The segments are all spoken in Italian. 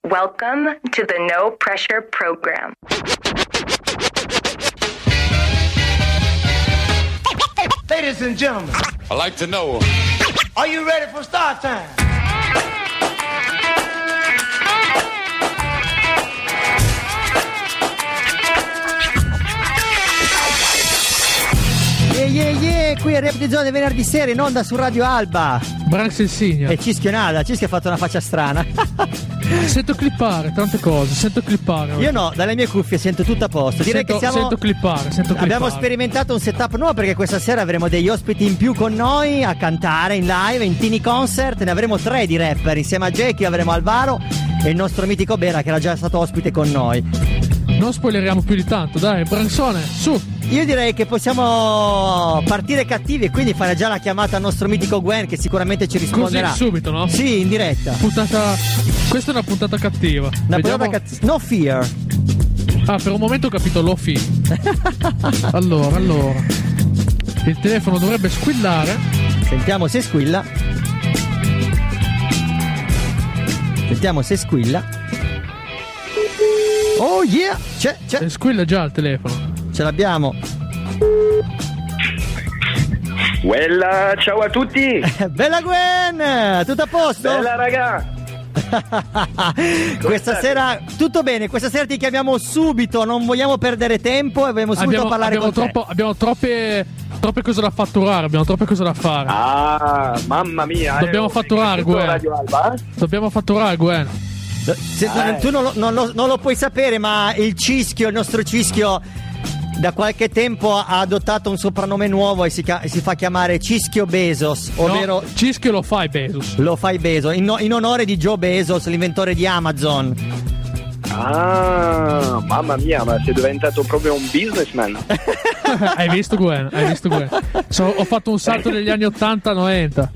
Welcome to the No Pressure Program. Ladies and gentlemen, I'd like to know, are you ready for start time? Qui è Rap di Zone venerdì sera in onda su Radio Alba. Branks il Signo. E Cischio nada, Cischio ha fatto una faccia strana. Sento clippare tante cose, sento clippare. Io no, dalle mie cuffie sento tutto a posto. Direi che siamo. Sento clippare. Abbiamo sperimentato un setup nuovo perché questa sera avremo degli ospiti in più con noi a cantare in live, in Tini Concert. Ne avremo 3 di rapper insieme a Jackie, avremo Alvaro e il nostro mitico Bera che era già stato ospite con noi. Non spoileriamo più di tanto, dai, Branksone, su. Io direi che possiamo partire cattivi e quindi fare già la chiamata al nostro mitico Gwen che sicuramente ci risponderà. Così subito, no? Sì, in diretta. Questa è una puntata cattiva. No fear. Ah, per un momento ho capito Lofi. Allora. Il telefono dovrebbe squillare. Sentiamo se squilla. Oh yeah! C'è. Squilla già il telefono. Ce l'abbiamo. Bella, ciao a tutti. Bella Gwen, tutto a posto? Bella raga. Questa sera tutto bene, questa sera ti chiamiamo subito, non vogliamo perdere tempo e vogliamo subito parlare con te. Abbiamo troppe cose da fatturare, abbiamo troppe cose da fare. Ah, mamma mia. Dobbiamo fatturare, Gwen. Radio Alba? Dobbiamo fatturare, Gwen. Tu non lo puoi sapere, ma il nostro Cischio da qualche tempo ha adottato un soprannome nuovo e si fa chiamare Cischio Bezos, ovvero no, Cischio lo fai Bezos in onore di Joe Bezos, l'inventore di Amazon. Ah, mamma mia, ma sei diventato proprio un businessman. Hai visto Gwen? Ho fatto un salto negli anni 80-90.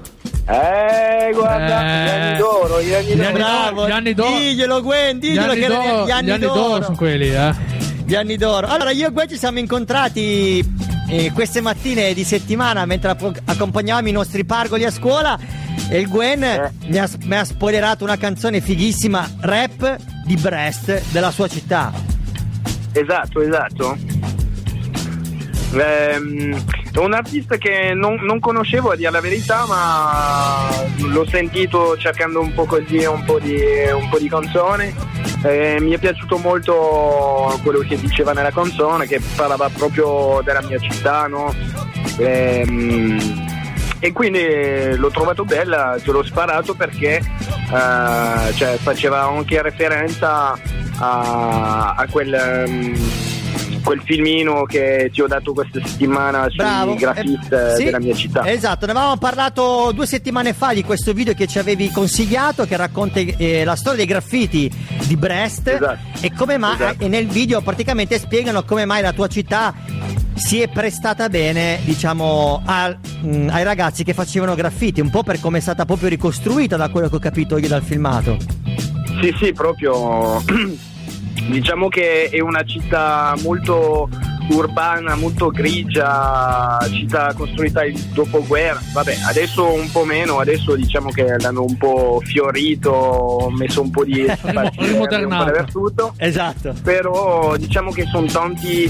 Guarda, gli anni d'oro. Diglielo Gwen, diglielo che erano gli anni d'oro sono quelli, Gli anni d'oro. Allora io e Gwen ci siamo incontrati queste mattine di settimana mentre accompagnavamo i nostri pargoli a scuola e il Gwen mi ha spoilerato una canzone fighissima, rap di Brest, della sua città. Esatto. È un artista che non conoscevo, a dire la verità, ma l'ho sentito cercando un po' così un po' di canzone. Mi è piaciuto molto quello che diceva nella canzone, che parlava proprio della mia città, no? E quindi l'ho trovato bella, ce l'ho sparato perché faceva anche referenza a quel filmino che ti ho dato questa settimana sui graffiti della mia città. Esatto, ne avevamo parlato 2 settimane fa di questo video che ci avevi consigliato, che racconta la storia dei graffiti di Brest. Esatto. E come mai e nel video praticamente spiegano come mai la tua città si è prestata bene, diciamo, ai ragazzi che facevano graffiti, un po' per come è stata proprio ricostruita, da quello che ho capito io dal filmato. Sì, proprio diciamo che è una città molto urbana, molto grigia, città costruita il dopoguerra. Vabbè, adesso un po' meno, adesso diciamo che l'hanno un po' fiorito, messo un po' di rimodernato tutto. Esatto. Però diciamo che sono tanti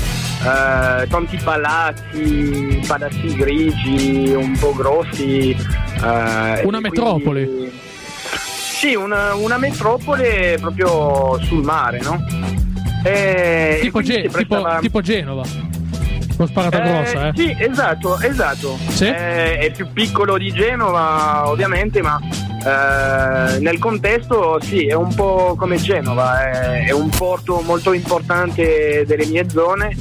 palazzi grigi, un po' grossi. Una metropoli. Quindi, sì, una metropole proprio sul mare, no? Tipo Genova. L'ho sparata grossa, Sì, esatto. Sì? È più piccolo di Genova, ovviamente, ma nel contesto sì, è un po' come Genova, è un porto molto importante delle mie zone,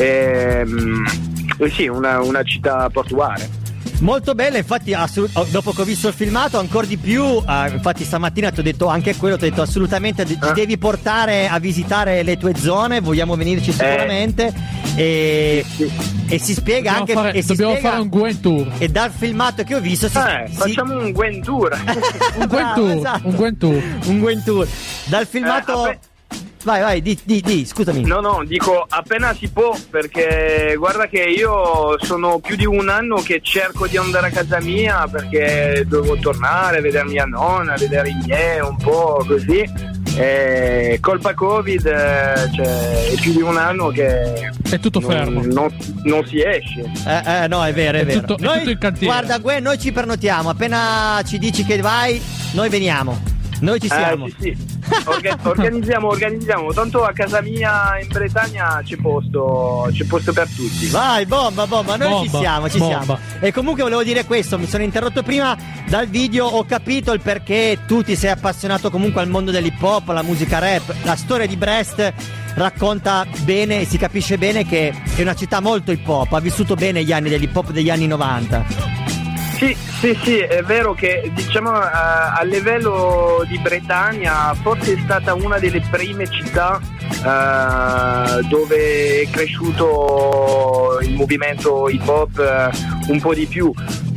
sì, una città portuale. Molto bella, infatti dopo che ho visto il filmato ancora di più, infatti stamattina ti ho detto anche quello, ti ho detto assolutamente ci devi portare a visitare le tue zone, vogliamo venirci sicuramente e si spiega dobbiamo fare un Gwen Tour. E dal filmato che ho visto facciamo un Gwen Tour. Un Gwen Tour. Dal filmato Vai, di, scusami. No, dico appena si può, perché guarda che io sono più di un anno che cerco di andare a casa mia perché devo tornare a vedere mia nonna, a vedere i miei, un po' così. colpa Covid, cioè, è più di un anno che è tutto fermo. Non si esce. No, è vero. È tutto in cantiere. Guarda, Gwen, noi ci prenotiamo. Appena ci dici che vai, noi veniamo. Noi ci siamo. Sì. Organizziamo. Tanto a casa mia in Bretagna c'è posto per tutti. Vai, bomba, noi ci siamo. Bomba. E comunque volevo dire questo, mi sono interrotto prima dal video, ho capito il perché tu ti sei appassionato comunque al mondo dell'hip hop, alla musica rap. La storia di Brest racconta bene e si capisce bene che è una città molto hip hop, ha vissuto bene gli anni dell'hip hop degli anni 90. Sì, è vero che diciamo a livello di Bretagna forse è stata una delle prime città dove è cresciuto il movimento hip hop un po' di più,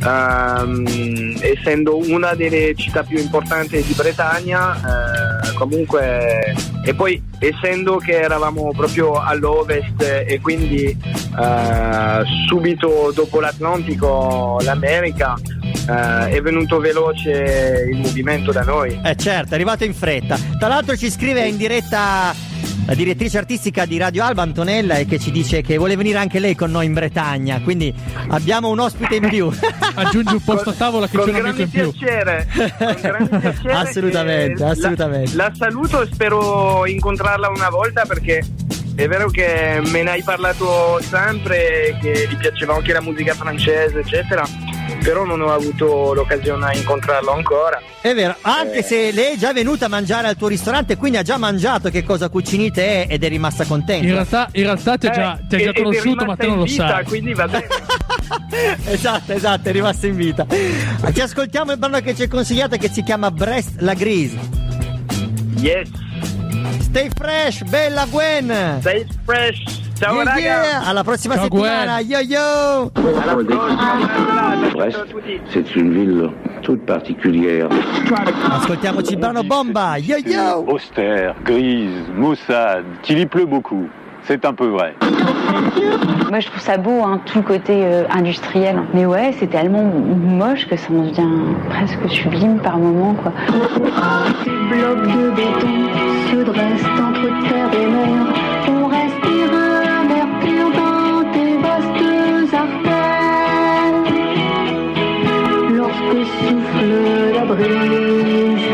essendo una delle città più importanti di Bretagna, comunque, e poi essendo che eravamo proprio all'ovest e quindi subito dopo l'Atlantico l'America, è venuto veloce il movimento da noi. Certo, è arrivato in fretta. Tra l'altro ci scrive in diretta la direttrice artistica di Radio Alba, Antonella, e che ci dice che vuole venire anche lei con noi in Bretagna, quindi abbiamo un ospite in più. Aggiungi un posto a tavola che c'è un amico in più. Con grande piacere. Assolutamente. La saluto e spero incontrarla una volta, perché è vero che me ne hai parlato sempre, che gli piaceva anche la musica francese eccetera, però non ho avuto l'occasione di incontrarlo ancora. È vero, anche se lei è già venuta a mangiare al tuo ristorante, quindi ha già mangiato che cosa cucini te ed è rimasta contenta. In realtà ti ha già conosciuto, ma te non lo sai. Quindi va bene. Esatto, è rimasta in vita. Ci ascoltiamo il brano che ci hai consigliato, che si chiama Brest la Grise. Yes. Stay fresh, bella Gwen. Stay fresh. Ciao raga. Yeah. Alla prossima settimana. Gwen. Yo. Brest, c'est une ville toute particulière. Ascoltiamoci il brano Bomba. Yo. Austère, grise, maussade, qu'il y pleut beaucoup. C'est un peu vrai. Moi je trouve ça beau, hein, tout le côté industriel. Mais ouais, c'est tellement moche que ça en devient presque sublime par moments, quoi. Ces blocs de béton se dressent entre terre et mer. On respire un air pur dans tes vastes artères. Lorsque souffle la brise,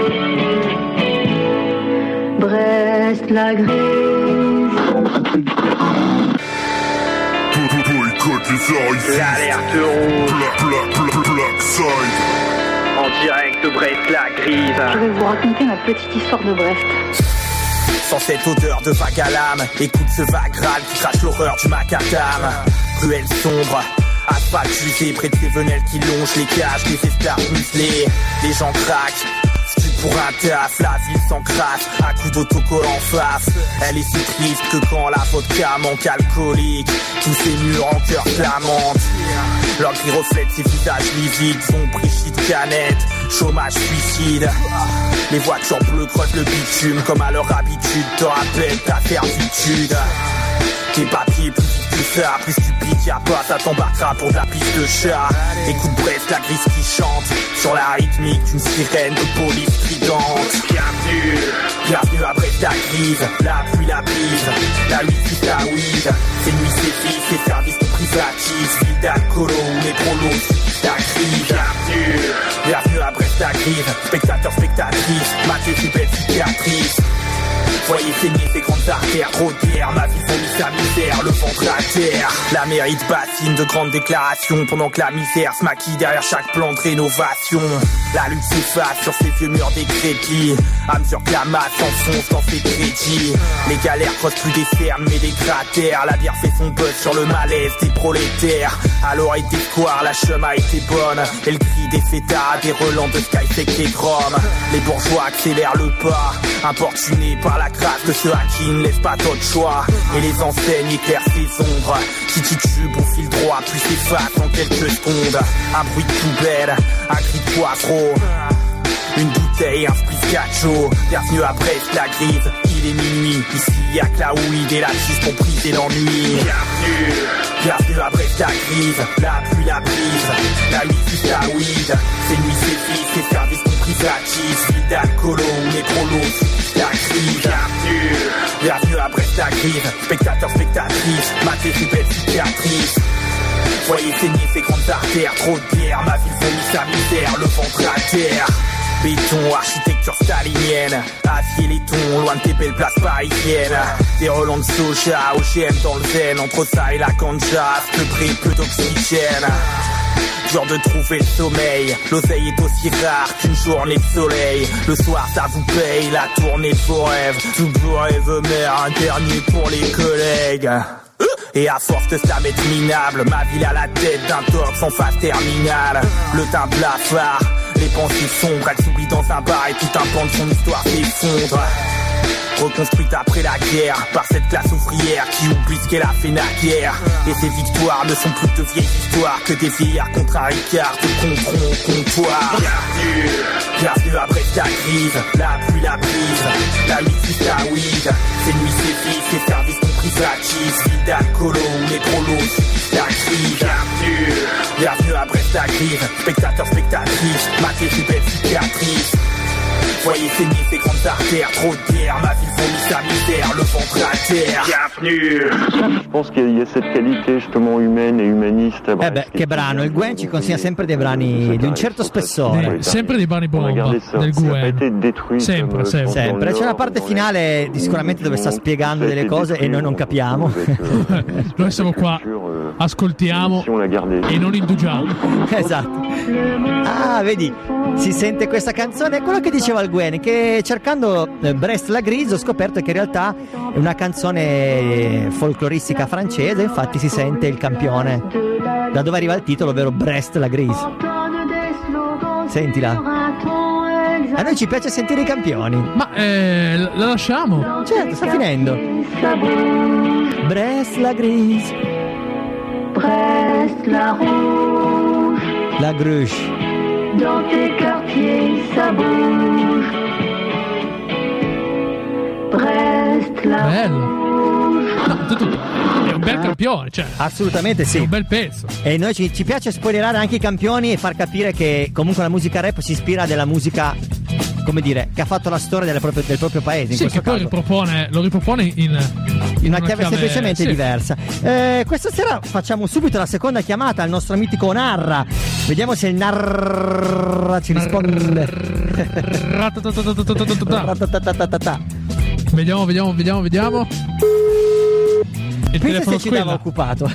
Brest la Grise. L'alerte rouge. En direct de Brest la Grise. Je vais vous raconter ma petite histoire de Brest. Sans cette odeur de vague à l'âme, écoute ce vague râle qui crache l'horreur du macadam. Ruelle sombre, asphalte usé, près de ces venelles qui longent les cages, les esclaves muselés. Les gens craquent, pour un taf, la ville s'encrasse, à coups d'autocollant face. Elle est si triste que quand la vodka manque alcoolique, tous ces murs en cœur flamante. Leur gris reflète ces visages livides, son prix de canette, chômage suicide. Les voitures bleues creusent le bitume, comme à leur habitude, te rappellent ta servitude. Tes papiers plus vite que ça, plus stupide, y'a pas, ça t'embarquera pour de la piste de chat. Écoute Brest, la Grise qui chante sur la rythmique d'une sirène de police stridente. Bienvenue à Brest, la Grise, la pluie, la brise, la nuit plus la weed. Ces nuits, ces filles, ces services qu'on privatise, ville d'alcoolo, métro, la crise. Bienvenue à Brest, la Grise, spectateur, spectatrice, ma tes plus belles cicatrices. Voyez saigner ces grandes artères, trop de guerre, ma vie fournit sa misère, le ventre à terre. La mairie de bassine de grandes déclarations, pendant que la misère se maquille derrière chaque plan de rénovation. La lutte s'efface sur ces vieux murs décrépits, à mesure que la masse s'enfonce dans ses crédits. Les galères creusent plus des fermes mais des cratères, la bière fait son buzz sur le malaise des prolétaires. Alors et d'espoir, la chum a été bonne, et le cri des fêtards, des relents de Skyfake et Chrome. Les bourgeois accélèrent le pas, importunés par la crasse de ceux à qui ne laisse pas d'autre choix. Et les enseignes éclairent ces ombres qui titubent au fil droit puis s'effacent en quelques secondes. Un bruit de poubelle, un cri de poivreau, une bouteille, un spiscacho. Bienvenue à Brest, la Grise, il est minuit. Ici y'a que la weed et la chiste pour briser l'ennui. Bienvenue à Brest, la Grise, la pluie, la brise, la nuit plus la weed. Ces nuits, ces filles, ces services qu'on privatise, ville d'alcoolo, métro, la crise. Brest à Grise. Spectateur, spectatrice, matez ses belles cicatrices. Voyez saigner ses grandes artères, trop de guerre, ma ville vomit sa misère, le ventre à terre. Béton, architecture stalinienne, acier les tons, loin de tes belles places parisiennes. Des relents de soja, OGM dans le zen, entre ça et la ganja, peu près peu d'oxygène. Dur de trouver le sommeil, l'oseille est aussi rare qu'une journée de soleil. Le soir ça vous paye, la tournée de vos rêves. Toujours éphémère, un dernier pour les collègues. Et à force de ça m'être minable, ma ville à la tête d'un tox en phase terminale. Le teint blafard, les pensées sombres, elles s'oublient dans un bar et tout un pan de son histoire s'effondre. Reconstruite après la guerre par cette classe ouvrière qui oublie ce qu'elle a fait naguère. Et ses victoires ne sont plus de vieilles histoires que des vieillards contre un Ricard de compteront au comptoir. Bienvenue à Brest à Grise, la pluie, la brise, la mixiste, la weed. Ces nuits, ces vies, ces services compris gratis. Ville d'alcoolo où les prolos subissent la crise. Bienvenue à Brest à Grise, spectateur, spectatrice, matez ses belles cicatrices. Voyez saigner ses grandes artères, trop de guerre, ma ville vomit sa misère, le ventre à terre. Bienvenue. Je pense qu'il y a cette qualité justement humaine e umanista. Che brano, il Gwen ci consiglia sempre dei brani di un certo spessore. Sempre dei brani bomba del Gwen. Sempre. C'è una parte finale sicuramente dove sta spiegando delle cose e noi non capiamo. Noi siamo qua, ascoltiamo e non indugiamo. Esatto. Ah, vedi, si sente questa canzone, è quello che diceva il Gwen, che cercando Brest la Grise ho scoperto che in realtà è una canzone folcloristica francese, infatti si sente il campione da dove arriva il titolo, ovvero Brest la Grise. Sentila. A noi ci piace sentire i campioni. Ma la lasciamo? Certo, sta finendo. Brest la Grise, Brest la Rouge, la Gruche. dans tes quartiers ça bouge. Brest la Rouge. È un bel campione, cioè. Assolutamente sì. È un bel pezzo. E noi ci piace spoilerare anche i campioni e far capire che comunque la musica rap si ispira della musica, come dire, che ha fatto la storia del proprio paese. Sì, che poi lo ripropone in una chiave semplicemente diversa. Questa sera facciamo subito la seconda chiamata al nostro mitico Narra. Vediamo se il Narra ci risponde. Vediamo. Il Pensa se telefono ci dava occupato.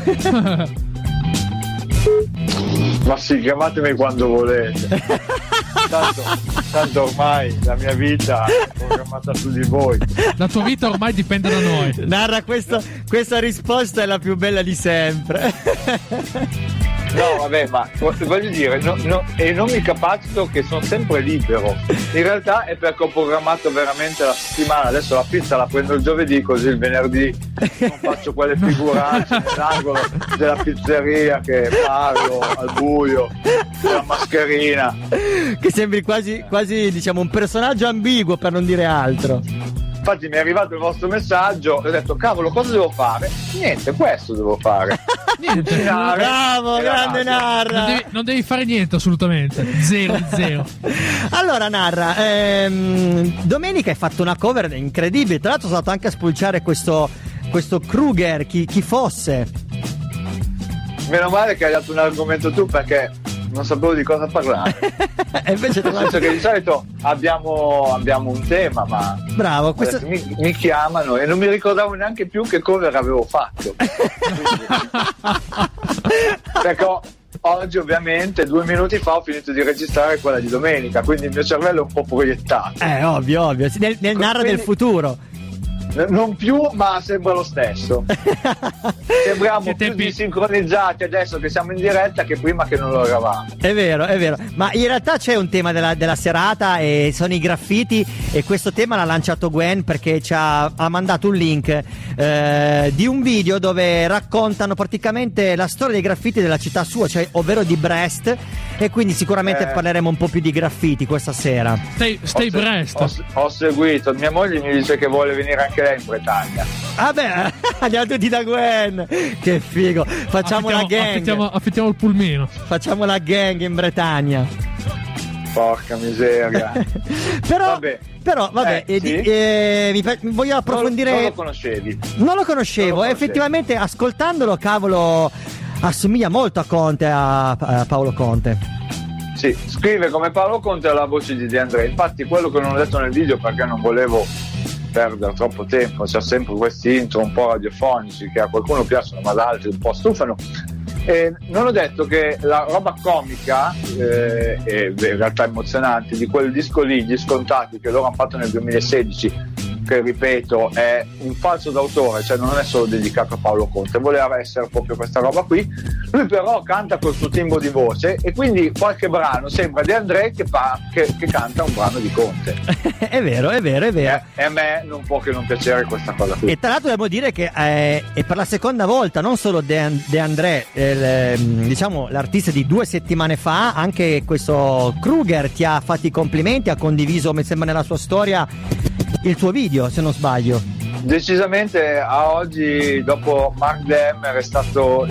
Ma sì, chiamatemi quando volete. Tanto ormai la mia vita è programmata su di voi. La tua vita ormai dipende da noi. Narra, questa risposta è la più bella di sempre. No, vabbè, ma voglio dire, e non mi capacito che sono sempre libero. In realtà è perché ho programmato veramente la settimana. Adesso la pizza la prendo il giovedì, così il venerdì non faccio quelle figuracce nell'angolo della pizzeria che parlo al buio con la mascherina. Che sembri quasi diciamo un personaggio ambiguo, per non dire altro. Infatti mi è arrivato il vostro messaggio e ho detto cavolo, cosa devo fare? Niente, questo devo fare. Niente. Bravo, grande Narra. Non devi fare niente assolutamente. Zero. Allora Narra, domenica hai fatto una cover incredibile. Tra l'altro sono stato anche a spulciare questo Kruger, chi fosse. Meno male che hai dato un argomento tu, perché non sapevo di cosa parlare. E invece nel senso che di solito abbiamo un tema, ma bravo, mi chiamano e non mi ricordavo neanche più che cover avevo fatto. Perché oggi ovviamente 2 minuti fa ho finito di registrare quella di domenica, quindi il mio cervello è un po' proiettato. Ovvio. Nel Narra del futuro. Non più, ma sembra lo stesso. Sembriamo più sincronizzati adesso che siamo in diretta che prima che non lo eravamo. È vero. Ma in realtà c'è un tema della serata e sono i graffiti, e questo tema l'ha lanciato Gwen perché ha mandato un link di un video dove raccontano praticamente la storia dei graffiti della città sua, cioè ovvero di Brest, e quindi sicuramente parleremo un po' più di graffiti questa sera. Stay Brest. Ho seguito, mia moglie mi dice che vuole venire anche lei in Bretagna. Vabbè, andiamo tutti da Gwen. Che figo. Facciamo la gang. Affittiamo il pulmino. Facciamo la gang in Bretagna. Porca miseria. Però vabbè, Però vabbè, voglio approfondire. Non lo conoscevi? Non lo conoscevo. Effettivamente ascoltandolo, cavolo, assomiglia molto a Conte, a Paolo Conte. Sì, scrive come Paolo Conte alla voce di De André. Infatti quello che non ho detto nel video perché non volevo perdere troppo tempo, c'è sempre questi intro un po' radiofonici che a qualcuno piacciono ma ad altri un po' stufano. E non ho detto che la roba comica e in realtà emozionante di quel disco lì, Gli Scontati, che loro hanno fatto nel 2016, che ripeto è un falso d'autore, cioè non è solo dedicato a Paolo Conte, voleva essere proprio questa roba qui. Lui però canta col suo timbro di voce e quindi qualche brano sembra De André che canta un brano di Conte. È vero. E a me non può che non piacere questa cosa qui. E tra l'altro devo dire che è per la seconda volta, non solo De André, diciamo l'artista di 2 settimane fa, anche questo Kruger ti ha fatto i complimenti, ha condiviso, mi sembra, nella sua storia il tuo video, se non sbaglio. Decisamente a oggi, dopo Mark Demmer, è stato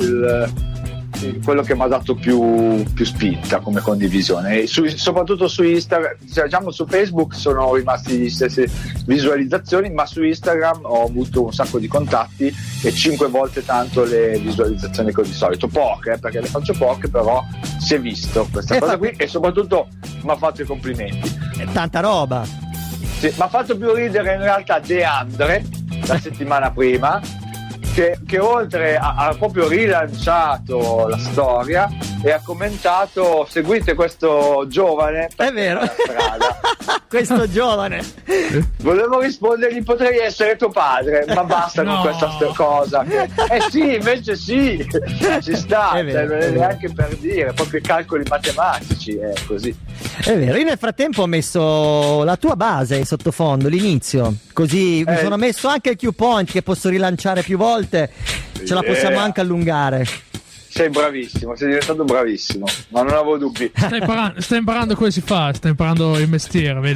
quello che mi ha dato più spinta come condivisione, e soprattutto su Instagram, diciamo su Facebook sono rimasti gli stessi visualizzazioni, ma su Instagram ho avuto un sacco di contatti e 5 volte tanto le visualizzazioni che ho di solito, poche perché le faccio poche, però si è visto questa cosa qui e soprattutto mi ha fatto i complimenti. È tanta roba. Sì, mi ha fatto più ridere in realtà De André la settimana prima, che oltre ha proprio rilanciato la storia e ha commentato: seguite questo giovane per la strada. Questo giovane. Volevo rispondergli: potrei essere tuo padre, ma basta con questa cosa. Sì, invece sì, ci sta, non è neanche per dire, proprio i calcoli matematici, è così. È vero, io nel frattempo ho messo la tua base in sottofondo, l'inizio, così mi sono messo anche il cue point che posso rilanciare più volte, ce la possiamo anche allungare. Sei bravissimo, sei diventato bravissimo, ma non avevo dubbi. Stai imparando come si fa, stai imparando il mestiere, vedi?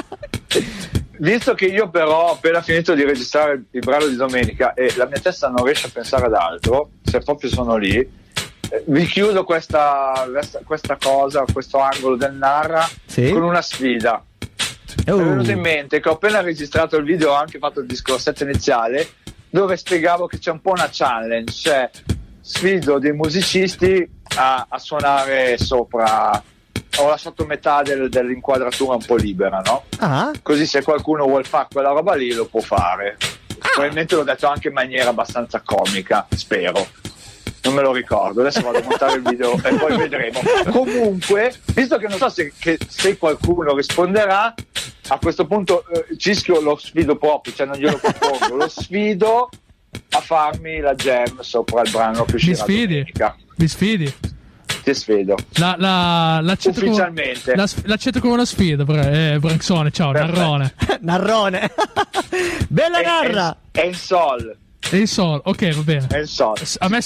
Visto che io però ho appena finito di registrare il brano di domenica e la mia testa non riesce a pensare ad altro, se proprio sono lì, vi chiudo questa cosa, questo angolo del Narra con una sfida. Mi è venuto in mente che ho appena registrato il video, ho anche fatto il discorsetto iniziale dove spiegavo che c'è un po' una challenge, cioè sfido dei musicisti a suonare sopra, ho lasciato metà dell'inquadratura un po' libera, no? Così se qualcuno vuol fare quella roba lì lo può fare. Probabilmente l'ho detto anche in maniera abbastanza comica, spero. Non me lo ricordo, adesso vado a montare il video e poi vedremo. Comunque, visto che non so se qualcuno risponderà, a questo punto Cischio lo sfido proprio, cioè non glielo propongo, lo sfido a farmi la jam sopra il brano che uscirà domenica. Mi sfidi? Ti sfido. L'accetto ufficialmente. L'accetto come una sfida, Branxone, ciao, Narrone. Narrone. Bella Narra. È in sol. E il sol, ok, va bene. È il sol. A me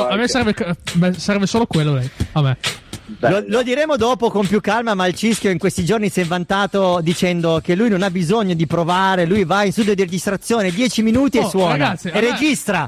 serve solo quello, lei. A me. Lo diremo dopo con più calma, ma il Cischio in questi giorni si è vantato dicendo che lui non ha bisogno di provare, lui va in studio di registrazione 10 minuti e suona, ragazzi, e registra.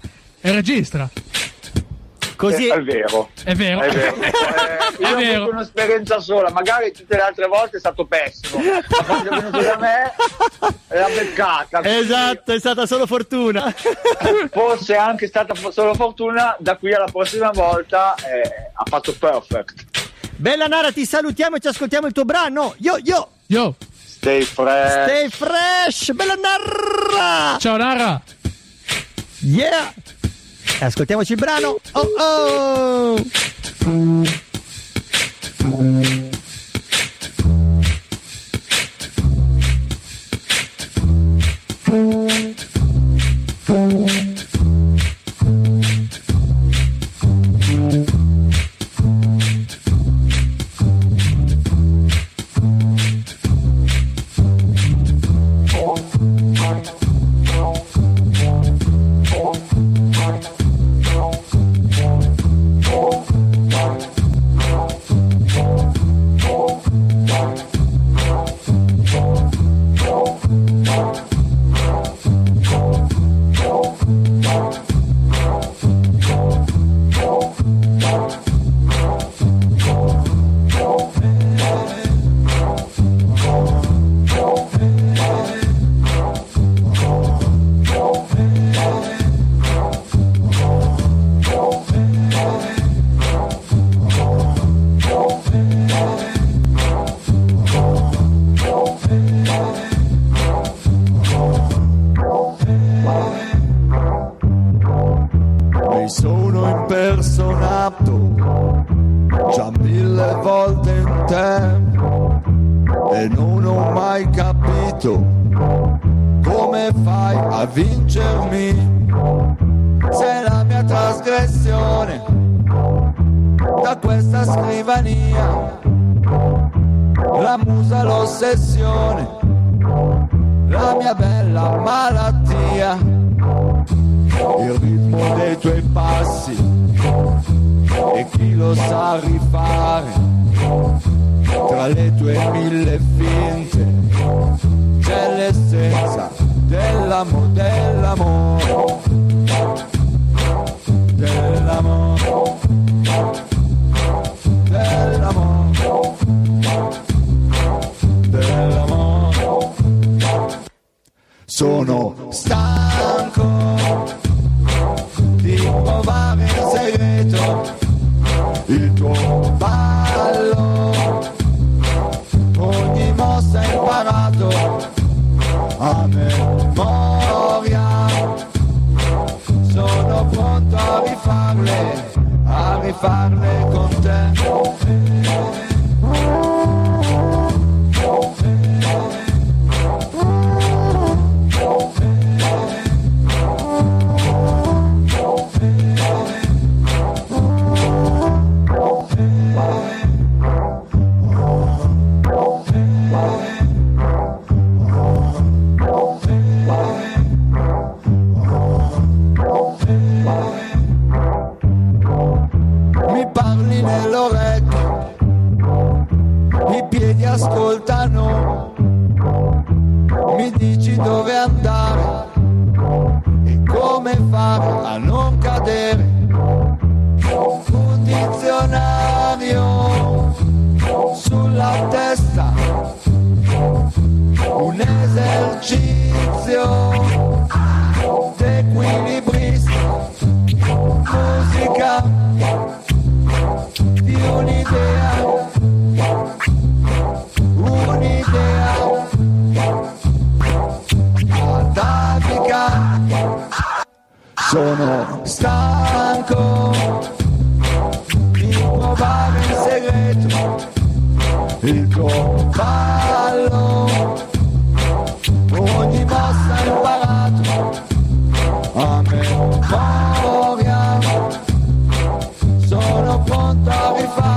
Così è vero. È vero. Io ho avuto un'esperienza sola, magari tutte le altre volte è stato pessimo, ma quando è venuto da me l'ha beccata. Esatto, è stata solo fortuna. Fosse anche stata solo fortuna, da qui alla prossima volta ha fatto perfect. Bella Nara, ti salutiamo e ci ascoltiamo il tuo brano. Yo. Stay fresh. Bella Nara. Ciao Nara. Yeah. Ascoltiamoci il brano. Oh. come fai a vincermi? Sei la mia trasgressione da questa scrivania, la musa, l'ossessione, la mia bella malattia, il ritmo dei tuoi passi e chi lo sa rifare, tra le tue mille finte c'è l'essenza dell'amore, dell'amore, dell'amore, dell'amore, dell'amore. Sono stanco di provare in segreto il tuo ballo, ogni mossa imparato a memoria. Sono pronto a rifarle con te. Mi parli nell'orecchio, i piedi ascoltano, mi dici dove andare e come fare a non cadere. Un dizionario sulla testa, un esercizio d'equilibrista, musica di un'idea, atavica. Sono stanco di provare in segreto il tuo ballo, ogni mossa imparato a memoria. Sono pronto a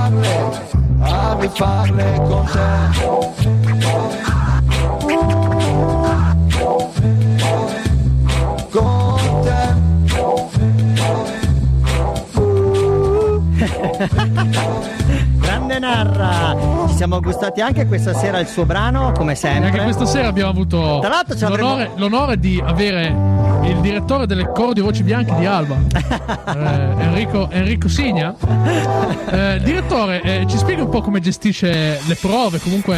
rifarle con te. Con te. Grande Narra, ci siamo gustati anche questa sera il suo brano, come sempre. Anche questa sera abbiamo avuto Tra l'altro l'onore di avere il direttore delle coro di Voci Bianche di Alba, Enrico Signa. Direttore, ci spiega un po' come gestisce le prove, comunque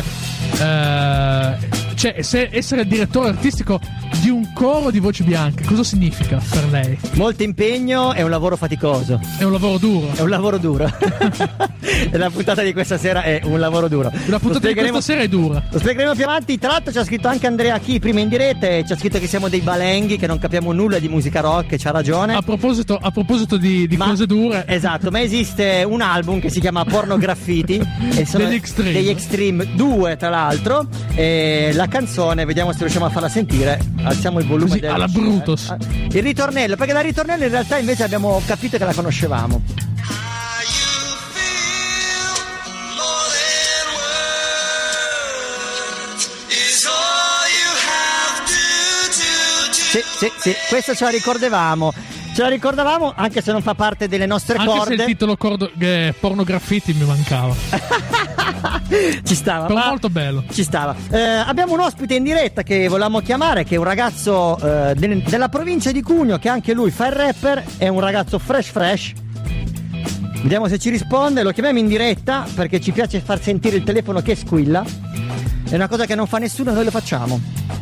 cioè essere il direttore artistico di un coro di Voci Bianche, cosa significa per lei? Molto impegno e un lavoro faticoso. È un lavoro duro. È un lavoro duro. E la puntata di questa sera è un lavoro duro. La puntata di questa sera è dura. Lo spiegheremo più avanti. Tra l'altro ci ha scritto anche Andrea Chi prima in diretta e ci ha scritto che siamo dei balenghi, che non capiamo nulla di musica rock, e c'ha ragione. A proposito di cose dure. Esatto, ma esiste un album che si chiama Porno Graffiti e sono degli Extreme 2 tra l'altro, e la canzone vediamo se riusciamo a farla sentire. Alziamo il volume così, alla Brutus. Il ritornello, perché la ritornello in realtà invece abbiamo capito che la conoscevamo. Sì, questa ce la ricordavamo. Ce la ricordavamo anche se non fa parte delle nostre anche corde. Anche se il titolo Porno Graffiti mi mancava. Ci stava. Però molto bello. Ci stava. Abbiamo un ospite in diretta che volevamo chiamare, che è un ragazzo della provincia di Cuneo, che anche lui fa il rapper. È un ragazzo fresh. Vediamo se ci risponde. Lo chiamiamo in diretta perché ci piace far sentire il telefono che squilla. È una cosa che non fa nessuno, noi lo facciamo.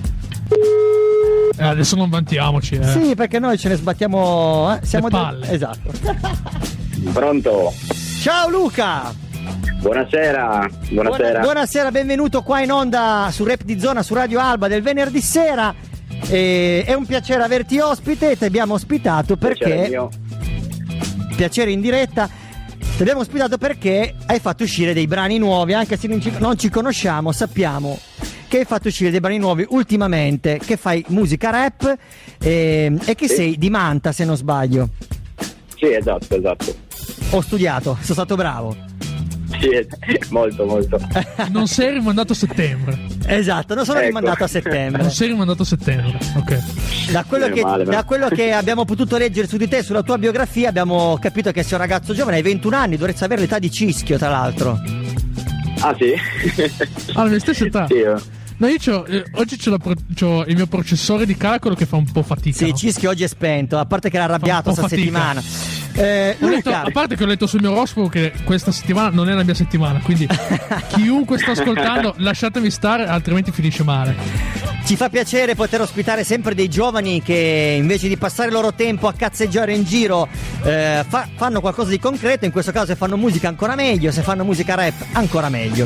Adesso non vantiamoci. Sì, perché noi ce ne sbattiamo. Siamo le palle. Esatto. Pronto? Ciao Luca. Buonasera. Buonasera, benvenuto qua in onda su Rap di Zona, su Radio Alba del venerdì sera. È un piacere averti ospite. Ti abbiamo ospitato perché piacere in diretta. Ti abbiamo ospitato perché hai fatto uscire dei brani nuovi, anche se non ci conosciamo, sappiamo che hai fatto uscire dei brani nuovi ultimamente, che fai musica rap e che sei di Manta, se non sbaglio. Sì, esatto. Ho studiato, sono stato bravo. Sì, molto. Non sei rimandato a settembre. Esatto, non sono rimandato a settembre. Non sei rimandato a settembre, ok. Da quello che abbiamo potuto leggere su di te, sulla tua biografia, abbiamo capito che sei un ragazzo giovane, hai 21 anni, dovresti avere l'età di Cischio, tra l'altro. Ah sì? La mia stessa età. Sì, no, io oggi c'ho il mio processore di calcolo che fa un po' fatica. Sì, no? Cischio oggi è spento, a parte che era arrabbiato sta settimana. A parte che ho letto sul mio oroscopo che questa settimana non è la mia settimana, quindi chiunque sta ascoltando lasciatemi stare, altrimenti finisce male. Ci fa piacere poter ospitare sempre dei giovani che invece di passare il loro tempo a cazzeggiare in giro fanno qualcosa di concreto. In questo caso se fanno musica ancora meglio, se fanno musica rap ancora meglio.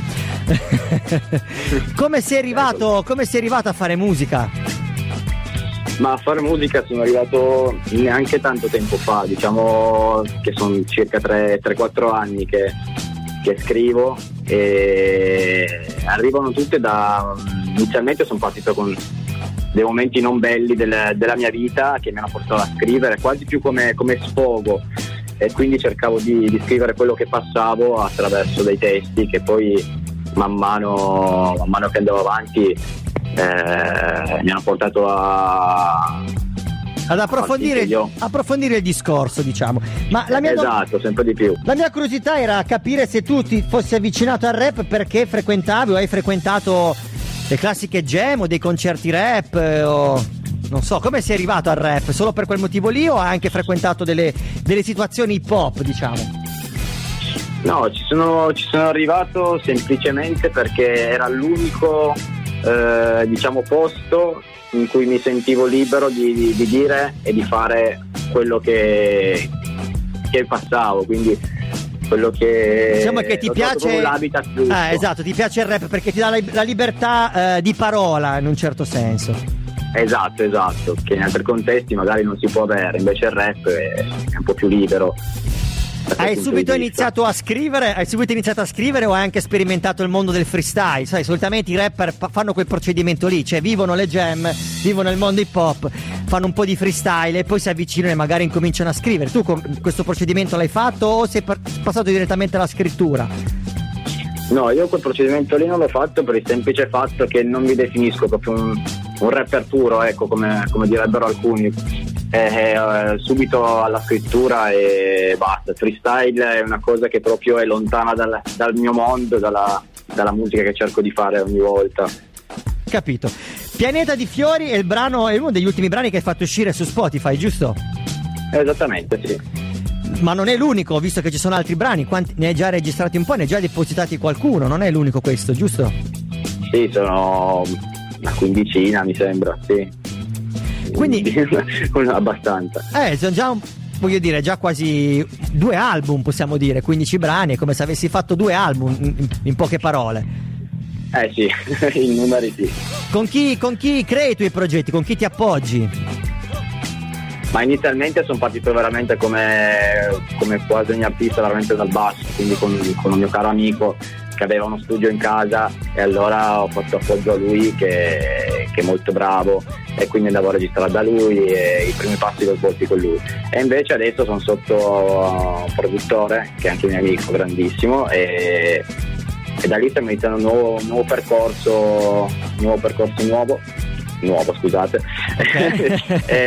Come sei arrivato a fare musica? Ma a fare musica sono arrivato neanche tanto tempo fa, diciamo che sono circa 3-4 anni che scrivo, e arrivano tutte inizialmente sono partito con dei momenti non belli della mia vita che mi hanno portato a scrivere, quasi più come sfogo, e quindi cercavo di scrivere quello che passavo attraverso dei testi che poi man mano che andavo avanti mi hanno portato ad approfondire il discorso, diciamo. Ma esatto, sempre di più. La mia curiosità era capire se tu ti fossi avvicinato al rap perché frequentavi o hai frequentato le classiche jam o dei concerti rap o non so, come sei arrivato al rap? Solo per quel motivo lì o hai anche frequentato delle situazioni hip hop, diciamo? No, ci sono arrivato semplicemente perché era l'unico diciamo posto in cui mi sentivo libero di dire e di fare quello che passavo, quindi quello che diciamo che ti piace l'habitat giusto. Esatto, ti piace il rap perché ti dà la libertà di parola in un certo senso. Esatto, che in altri contesti magari non si può avere, invece il rap è un po' più libero. Hai subito iniziato a scrivere o hai anche sperimentato il mondo del freestyle? Sai, solitamente i rapper fanno quel procedimento lì, cioè vivono le jam, vivono il mondo hip hop, fanno un po' di freestyle e poi si avvicinano e magari incominciano a scrivere. Tu questo procedimento l'hai fatto o sei passato direttamente alla scrittura? No, io quel procedimento lì non l'ho fatto per il semplice fatto che non mi definisco proprio un rapper puro, ecco, come direbbero alcuni. Subito alla scrittura e basta. Freestyle è una cosa che proprio è lontana dal mio mondo, dalla musica che cerco di fare ogni volta. Capito. Pianeta di Fiori è uno degli ultimi brani che hai fatto uscire su Spotify, giusto? Esattamente, sì. Ma non è l'unico, visto che ci sono altri brani. Ne hai già registrati un po', ne hai già depositati qualcuno, non è l'unico questo, giusto? Sì, sono una quindicina mi sembra, sì. Quindi abbastanza. Sono già voglio dire, già quasi 2 album, possiamo dire, 15 brani, è come se avessi fatto 2 album in poche parole. Sì, in numeri sì. Con chi crei i tuoi progetti? Con chi ti appoggi? Ma inizialmente sono partito veramente come quasi ogni artista, veramente dal basso, quindi con un mio caro amico che aveva uno studio in casa, e allora ho fatto appoggio a lui che è molto bravo, e quindi andavo a registrare da lui e i primi passi li ho svolti con lui. E invece adesso sono sotto un produttore che è anche un mio amico grandissimo, e da lì stiamo iniziando un nuovo percorso nuovo, scusate. Okay.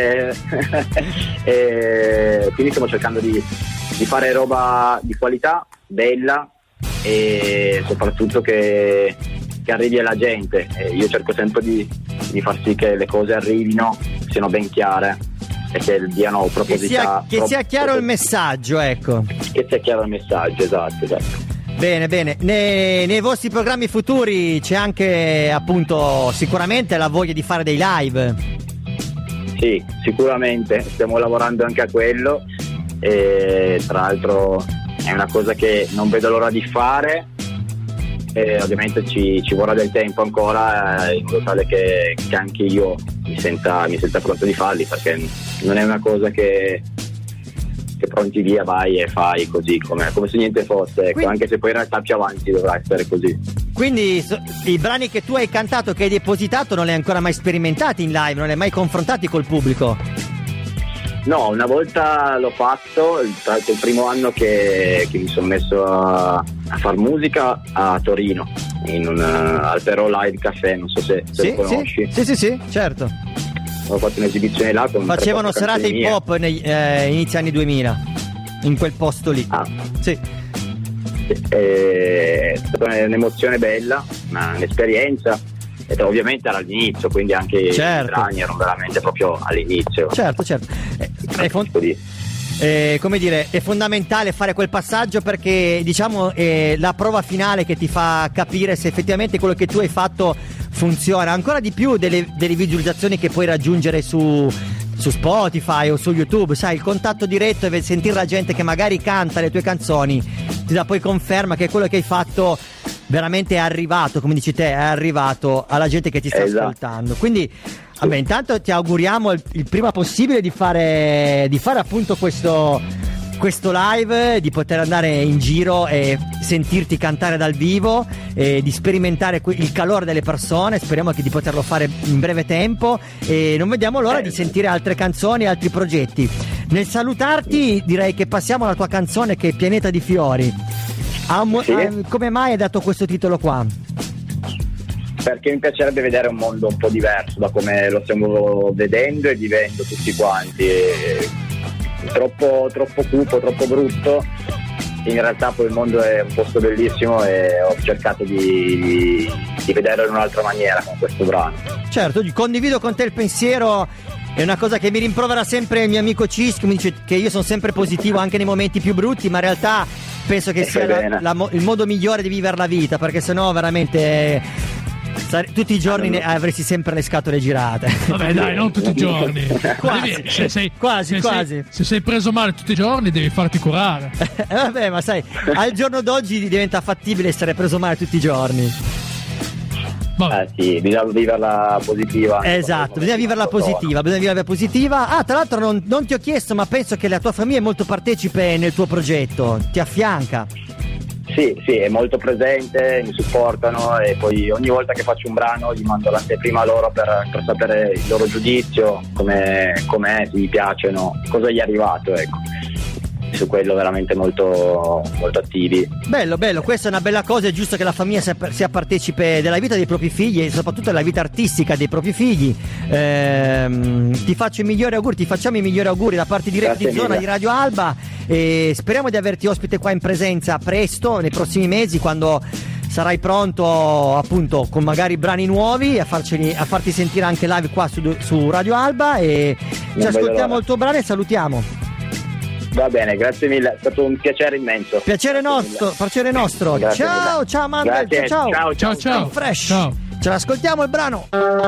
e quindi stiamo cercando di fare roba di qualità, bella, e soprattutto che arrivi alla gente. Io cerco sempre di far sì che le cose arrivino, siano ben chiare e che diano proposità, che sia chiaro il messaggio, ecco. Che sia chiaro il messaggio, esatto. Bene. Nei vostri programmi futuri c'è anche, appunto, sicuramente la voglia di fare dei live? Sì, sicuramente, stiamo lavorando anche a quello, e tra l'altro è una cosa che non vedo l'ora di fare, e ovviamente ci vorrà del tempo ancora, in modo tale che anche io mi senta pronto di farli, perché non è una cosa che pronti via vai e fai così come se niente fosse, ecco. Quindi, anche se poi in realtà più avanti dovrà essere così. Quindi i brani che tu hai cantato, che hai depositato, non li hai ancora mai sperimentati in live, non li hai mai confrontati col pubblico? No, una volta l'ho fatto, tra l'altro il primo anno che mi sono messo a far musica a Torino, al Però Live Café, non so se lo conosci. Sì, certo. Ho fatto un'esibizione là con facevano serate hip hop inizio anni 2000 in quel posto lì. Sì. È stata un'emozione bella, un'esperienza. E ovviamente era all'inizio, quindi anche i brani erano veramente proprio all'inizio. Certo. Come dire, è fondamentale fare quel passaggio, perché diciamo è la prova finale che ti fa capire se effettivamente quello che tu hai fatto funziona, ancora di più delle visualizzazioni che puoi raggiungere su Spotify o su YouTube. Sai, il contatto diretto e sentire la gente che magari canta le tue canzoni ti dà poi conferma che quello che hai fatto veramente è arrivato, come dici te, è arrivato alla gente che ti sta ascoltando. Quindi vabbè, intanto ti auguriamo il prima possibile di fare appunto questo live, di poter andare in giro e sentirti cantare dal vivo e di sperimentare il calore delle persone. Speriamo di poterlo fare in breve tempo e non vediamo l'ora di sentire altre canzoni e altri progetti. Nel salutarti direi che passiamo alla tua canzone, che è Pianeta di Fiori. Come mai hai dato questo titolo qua? Perché mi piacerebbe vedere un mondo un po' diverso da come lo stiamo vedendo e vivendo tutti quanti. Troppo cupo, troppo brutto. In realtà poi il mondo è un posto bellissimo e ho cercato di vederlo in un'altra maniera con questo brano. Certo, condivido con te il pensiero. È una cosa che mi rimprovera sempre il mio amico Cis, che mi dice che io sono sempre positivo anche nei momenti più brutti, ma in realtà penso che sia il modo migliore di vivere la vita, perché sennò veramente tutti i giorni avresti sempre le scatole girate. Vabbè dai, non tutti i giorni. Quasi. Se sei preso male tutti i giorni devi farti curare. Vabbè, ma sai, al giorno d'oggi diventa fattibile essere preso male tutti i giorni. Sì, bisogna viverla positiva. Esatto, bisogna viverla positiva. Ah, tra l'altro non ti ho chiesto, ma penso che la tua famiglia è molto partecipe nel tuo progetto, ti affianca. Sì, è molto presente, mi supportano e poi ogni volta che faccio un brano gli mando l'anteprima loro per sapere il loro giudizio, com'è, se gli piacciono, cosa gli è arrivato, ecco. Su quello veramente molto attivi. Bello, questa è una bella cosa, è giusto che la famiglia sia partecipe della vita dei propri figli e soprattutto della vita artistica dei propri figli. Ti facciamo i migliori auguri da parte di Rete di Zona di Radio Alba e speriamo di averti ospite qua in presenza presto, nei prossimi mesi, quando sarai pronto appunto con magari brani nuovi a farti sentire anche live qua su Radio Alba e ci ascoltiamo il tuo brano e salutiamo. Va bene, grazie mille, è stato un piacere immenso. Piacere nostro. Ciao Mandel, ciao. Fresh. Ciao. Ce l'ascoltiamo il brano.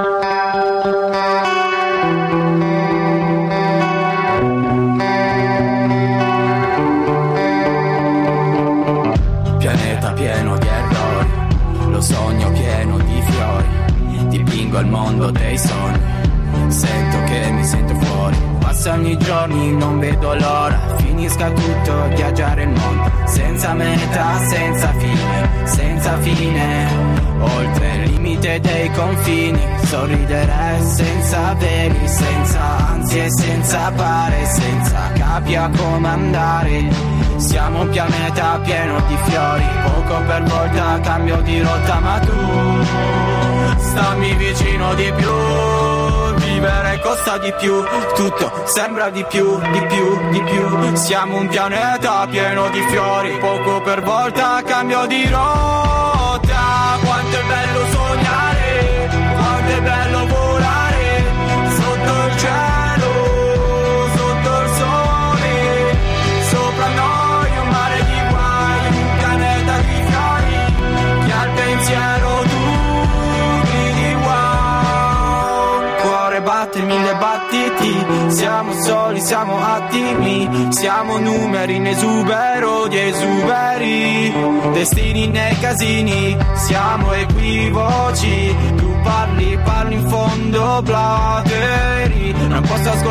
Pianeta pieno di errori, lo sogno pieno di fiori, dipingo il mondo dei sogni, sento che mi sento fuori. Passano i giorni, non vedo l'ora, finisca tutto, viaggiare il mondo, senza meta, senza fine, oltre il limite dei confini, sorridere senza veli, senza ansie, senza pare, senza capi a comandare. Siamo un pianeta pieno di fiori, poco per volta cambio di rotta, ma tu stammi vicino di più. Vivere costa di più, tutto sembra di più. Siamo un pianeta pieno di fiori, poco per volta cambio di rotta. Quanto è bello sognare, quanto è bello volare, sotto il cielo, sotto il sole, sopra noi un mare di guai, un pianeta di fiori, che al pensiero tu gridi wow. Cuore batte mille battiti, siamo soli, siamo attivi, siamo numeri in esubero di esuberi, destini nei casini, siamo equivoci, tu parli in fondo plateri, non posso ascoltare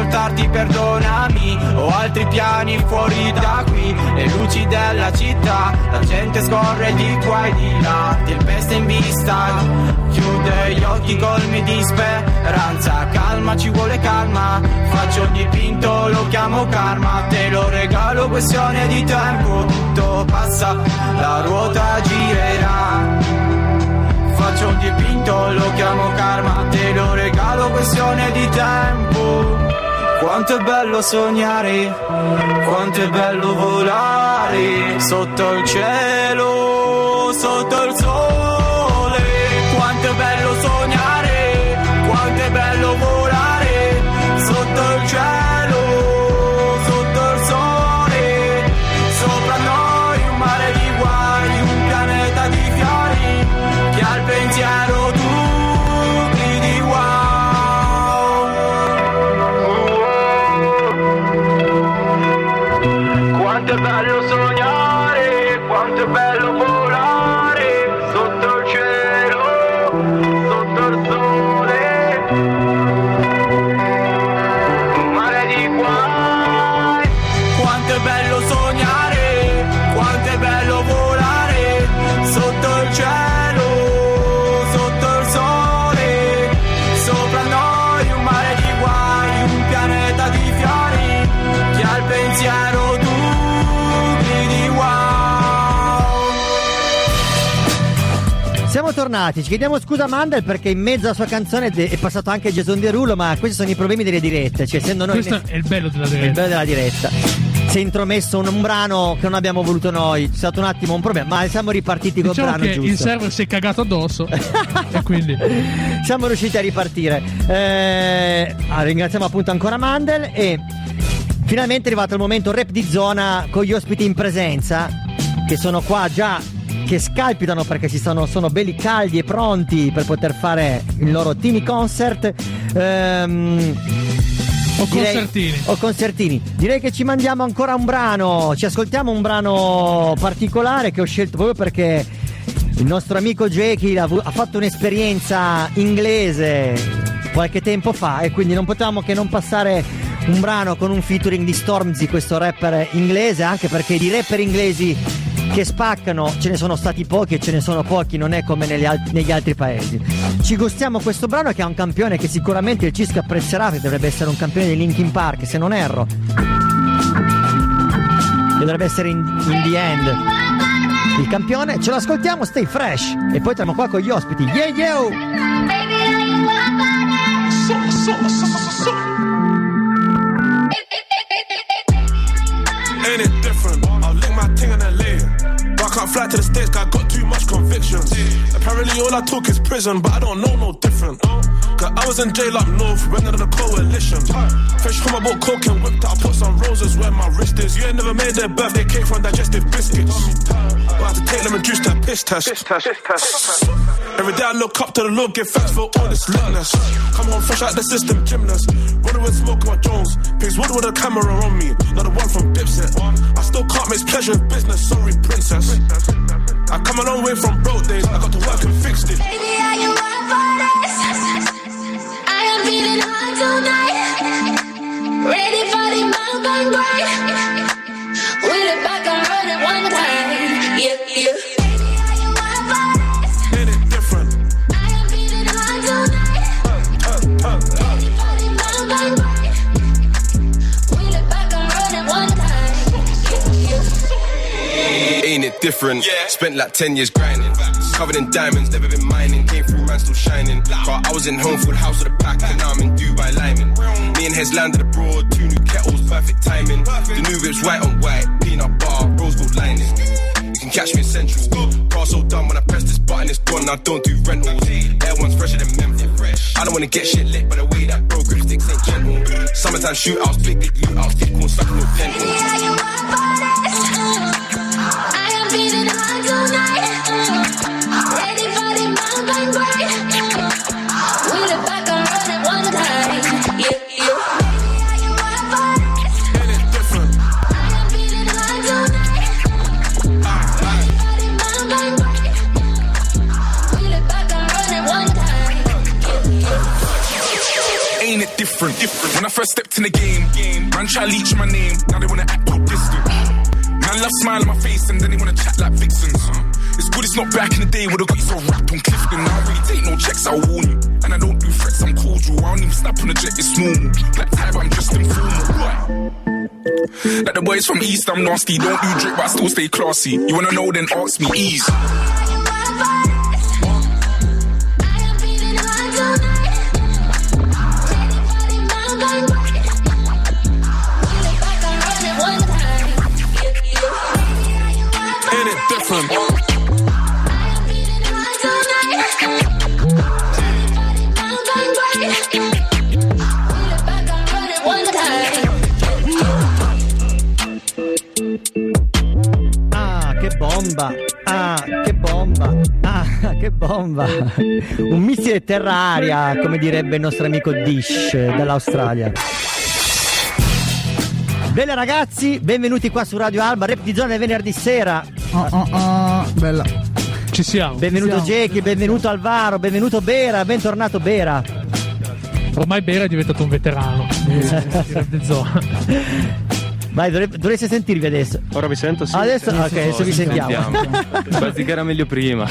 tardi, perdonami. Ho altri piani fuori da qui, le luci della città, la gente scorre di qua e di là, tempesta in vista, chiude gli occhi colmi di speranza. Calma, ci vuole calma, faccio un dipinto, lo chiamo karma, te lo regalo, questione di tempo, tutto passa, la ruota girerà. Faccio un dipinto, lo chiamo karma, te lo regalo, questione di tempo. Quanto è bello sognare, quanto è bello volare, sotto il cielo, sotto il sole. Quanto è bello sognare, quanto è bello volare, sotto il cielo, sotto il sole. Sopra noi un mare di guai, un pianeta di fiori, che al pensiero tu gridi wow. Quanto è bello sognare, quanto è bello volare, sotto il cielo, sotto il sole, un mare di guai. Quanto è bello sognare, quanto è bello volare, sotto il cielo, sotto il sole. Sopra noi un mare di guai, un pianeta di fiori, che al pensiero tu gridi wow. Siamo tornati, ci chiediamo scusa a Mandel perché in mezzo alla sua canzone è passato anche Jason Derulo, ma questi sono i problemi delle dirette, cioè essendo noi... Questo è il bello della diretta. Il bello della diretta. Si è intromesso un brano che non abbiamo voluto noi, c'è stato un attimo un problema, ma siamo ripartiti col diciamo brano che giusto. il server si è cagato addosso e quindi siamo riusciti a ripartire. Ringraziamo appunto ancora Mandel e finalmente è arrivato il momento rap di zona con gli ospiti in presenza che sono qua già, che scalpitano perché sono belli caldi e pronti per poter fare il loro teeny concert. O concertini. Direi che ci mandiamo ancora un brano. Ci ascoltiamo un brano particolare che ho scelto proprio perché il nostro amico Jackie ha fatto un'esperienza inglese qualche tempo fa e quindi non potevamo che non passare un brano con un featuring di Stormzy, questo rapper inglese, anche perché di rapper inglesi che spaccano ce ne sono stati pochi e ce ne sono pochi, non è come negli altri paesi. Ci gustiamo questo brano che è un campione che sicuramente il Cisco apprezzerà, che dovrebbe essere un campione di Linkin Park se non erro, dovrebbe essere in the end il campione. Ce lo ascoltiamo, stay fresh e poi torniamo qua con gli ospiti. Yeah yo! Ain't it different? I'll lick my thing in LA. But I can't fly to the States, cause I got too much convictions. Apparently all I took is prison, but I don't know no different. Cause I was in jail up north, went under the coalition. Fresh from I bought coke and whipped out, put some roses where my wrist is. You ain't never made their birthday cake from digestive biscuits. But I had to take them and juice that piss test. Every day I look up to the Lord, give thanks for all this litness. Come on, fresh out the system, gymnast. Running with smoke on my Jones. Pigs wood with a camera on me, not the one from Dipset. I still can't mix pleasure with business, sorry princess. I come a long way from broke days, I got to work and fixed it. Baby, are you up for this? I am feeling hot tonight. Ready for the mountain break. Wheel it back and run it one time. Yeah, yeah. Baby, are you up for this? Ain't it different? I am feeling hot tonight. Ready for the mountain break. Wheel it back and run it one time. Yeah, yeah. Ain't it different? Yeah. Spent like 10 years grinding. Covered in diamonds, never been mining. Came through, man, still shining. But I was in home, full house with a pack, and now I'm in Dubai Lyman. Me and Hez landed abroad, 2 new kettles, perfect timing. The new whip's white on white, peanut butter, rose gold lining. You can catch me in Central. Car so done when I press this button, it's gone. I don't do rentals. Air one's fresher than Memphis. I don't wanna get shit lit, but the way that bro grip sticks ain't gentle. Summertime shootouts, big loot outs, get corn stuck in no dental. Baby, are you up for this? I am feeling hot tonight. Ready for the mountain break. Wheel it back and run it one time. Yeah, yeah. Baby, are you up for this? Ain't it different? I am feeling hot tonight. Ready for the mountain break. Wheel it back and run it one time. Yeah, yeah. Ain't it different? When I first stepped in the game, man try to leech my name, now they wanna act all distant. Man love smile on my face and then they wanna chat like vixens. It's good it's not back in the day, would've got you so wrapped on Clifton. Now I really take no checks, I'll warn you. And I don't do threats, I'm cordial. I don't even snap on the jet, it's normal. Black tie, but I'm just informal. Like the boys from East, I'm nasty. Don't do drip, but I still stay classy. You wanna know, then ask me, ease. Ain't it different? Che bomba! Un missile terra-aria, come direbbe il nostro amico Dish dall'Australia. Bene ragazzi, benvenuti qua su Radio Alba, Rap di Zona del venerdì sera. Bella. Ci siamo. Benvenuto Jackie, benvenuto Alvaro, benvenuto Bera, bentornato Bera. Ormai Bera è diventato un veterano di Rap di Zona. Vai, dovreste sentirvi adesso. Ora mi sento? Sì. Adesso, ok, adesso vi sentiamo. Quasi che era meglio prima.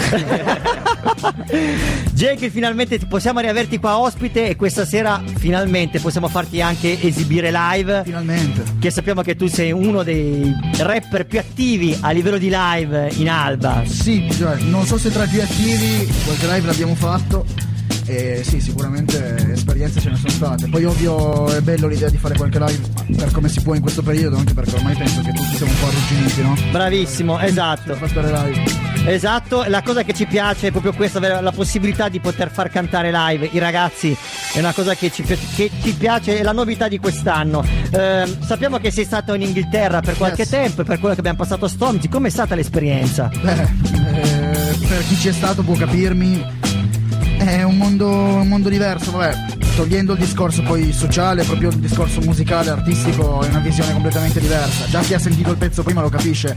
Jake, finalmente possiamo riaverti qua ospite e questa sera finalmente possiamo farti anche esibire live. Finalmente. Che sappiamo che tu sei uno dei rapper più attivi a livello di live in Alba. Sì, cioè, non so se tra i più attivi, qualche live l'abbiamo fatto. E sì, sicuramente esperienze ce ne sono state. Poi ovvio è bello l'idea di fare qualche live per come si può in questo periodo, anche perché ormai penso che tutti siamo un po' arrugginiti, no? Bravissimo, esatto. Per fare live. Esatto, la cosa che ci piace è proprio questa, avere la possibilità di poter far cantare live i ragazzi, è una cosa che ci piace, è la novità di quest'anno. Sappiamo che sei stato in Inghilterra per qualche tempo, per quello che abbiamo passato a Stormzy, com'è stata l'esperienza? Per chi c'è stato può capirmi. È un mondo diverso, vabbè, togliendo il discorso poi sociale, proprio il discorso musicale, artistico, è una visione completamente diversa. Già chi ha sentito il pezzo prima lo capisce.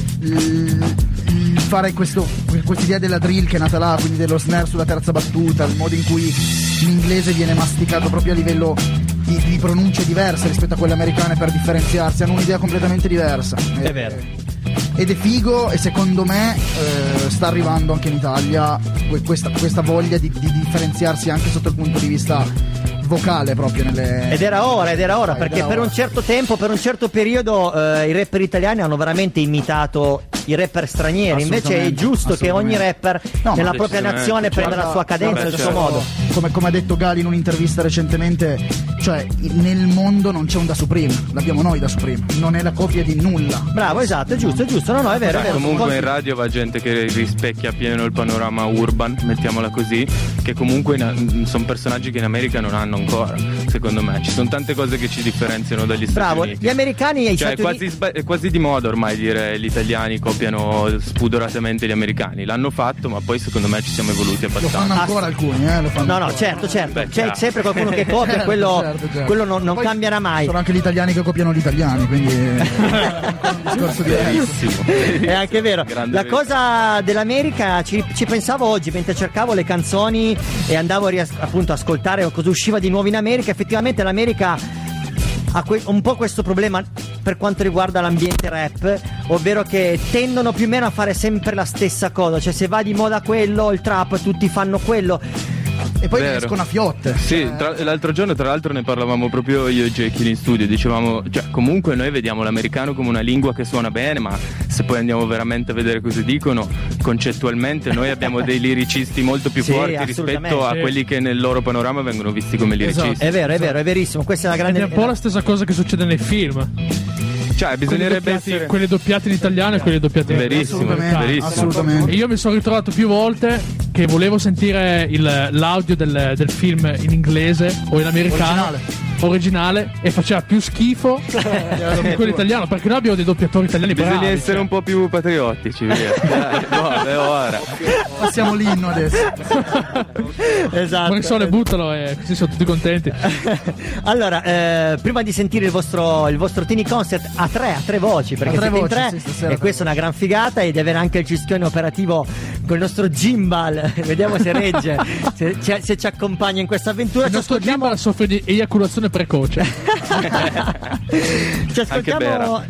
Fare quest'idea della drill che è nata là, quindi dello snare sulla terza battuta, il modo in cui l'inglese viene masticato proprio a livello di pronunce diverse rispetto a quelle americane per differenziarsi, hanno un'idea completamente diversa. È vero. Ed è figo, e secondo me sta arrivando anche in Italia questa voglia di differenziarsi anche sotto il punto di vista vocale proprio nelle... Ed era ora perché per un certo tempo, per un certo periodo i rapper italiani hanno veramente imitato i rapper stranieri. Invece è giusto che ogni rapper nella propria nazione prenda la sua cadenza nel suo modo. Come ha detto Gali in un'intervista recentemente, cioè nel mondo non c'è un Da Supreme, l'abbiamo noi Da Supreme, non è la copia di nulla. Bravo, esatto, è giusto, no, è vero. Comunque in radio va gente che rispecchia pieno il panorama urban, mettiamola così, che comunque sono personaggi che in America non hanno ancora, secondo me. Ci sono tante cose che ci differenziano dagli Stati Uniti. Gli americani e cioè, è quasi di moda ormai dire gli italiani copiano spudoratamente gli americani. L'hanno fatto, ma poi secondo me ci siamo evoluti abbastanza. Lo fanno ancora alcuni, lo fanno. No, certo. C'è sempre qualcuno che copia, quello non cambierà mai. Sono anche gli italiani che copiano gli italiani, quindi è un discorso diverso. È anche vero. La cosa dell'America, ci pensavo oggi mentre cercavo le canzoni e andavo appunto a ascoltare cosa usciva di nuovo in America. Effettivamente l'America ha un po' questo problema per quanto riguarda l'ambiente rap, ovvero che tendono più o meno a fare sempre la stessa cosa, cioè se va di moda quello, il trap, tutti fanno quello. E poi escono a fiotte. Sì, l'altro giorno tra l'altro ne parlavamo proprio io e Jackie in studio. Dicevamo, cioè comunque noi vediamo l'americano come una lingua che suona bene, ma se poi andiamo veramente a vedere cosa dicono, concettualmente noi abbiamo dei liricisti molto più forti rispetto a quelli che nel loro panorama vengono visti come liricisti. È vero, è verissimo. Questa è la grande... Ed è un po' la stessa cosa che succede nei film. Cioè bisognerebbe quelle doppiate in italiano e quelle doppiate in verissimo. E io mi sono ritrovato più volte che volevo sentire l'audio del film in inglese o in americano originale e faceva più schifo di quello italiano, perché noi abbiamo dei doppiatori italiani bravi. Bisogna essere un po' più patriottici, è ora. Passiamo l'inno adesso. Esatto. Marisole, buttalo e così sono tutti contenti. Allora, prima di sentire il vostro Tiny Concert a tre voci, perché siete in tre, e questa è una gran figata, e di avere anche il cischione operativo col nostro gimbal. Vediamo se regge, se ci accompagna in questa avventura. Il nostro gimbal soffre di eiaculazione precoce. Ci ascoltiamo.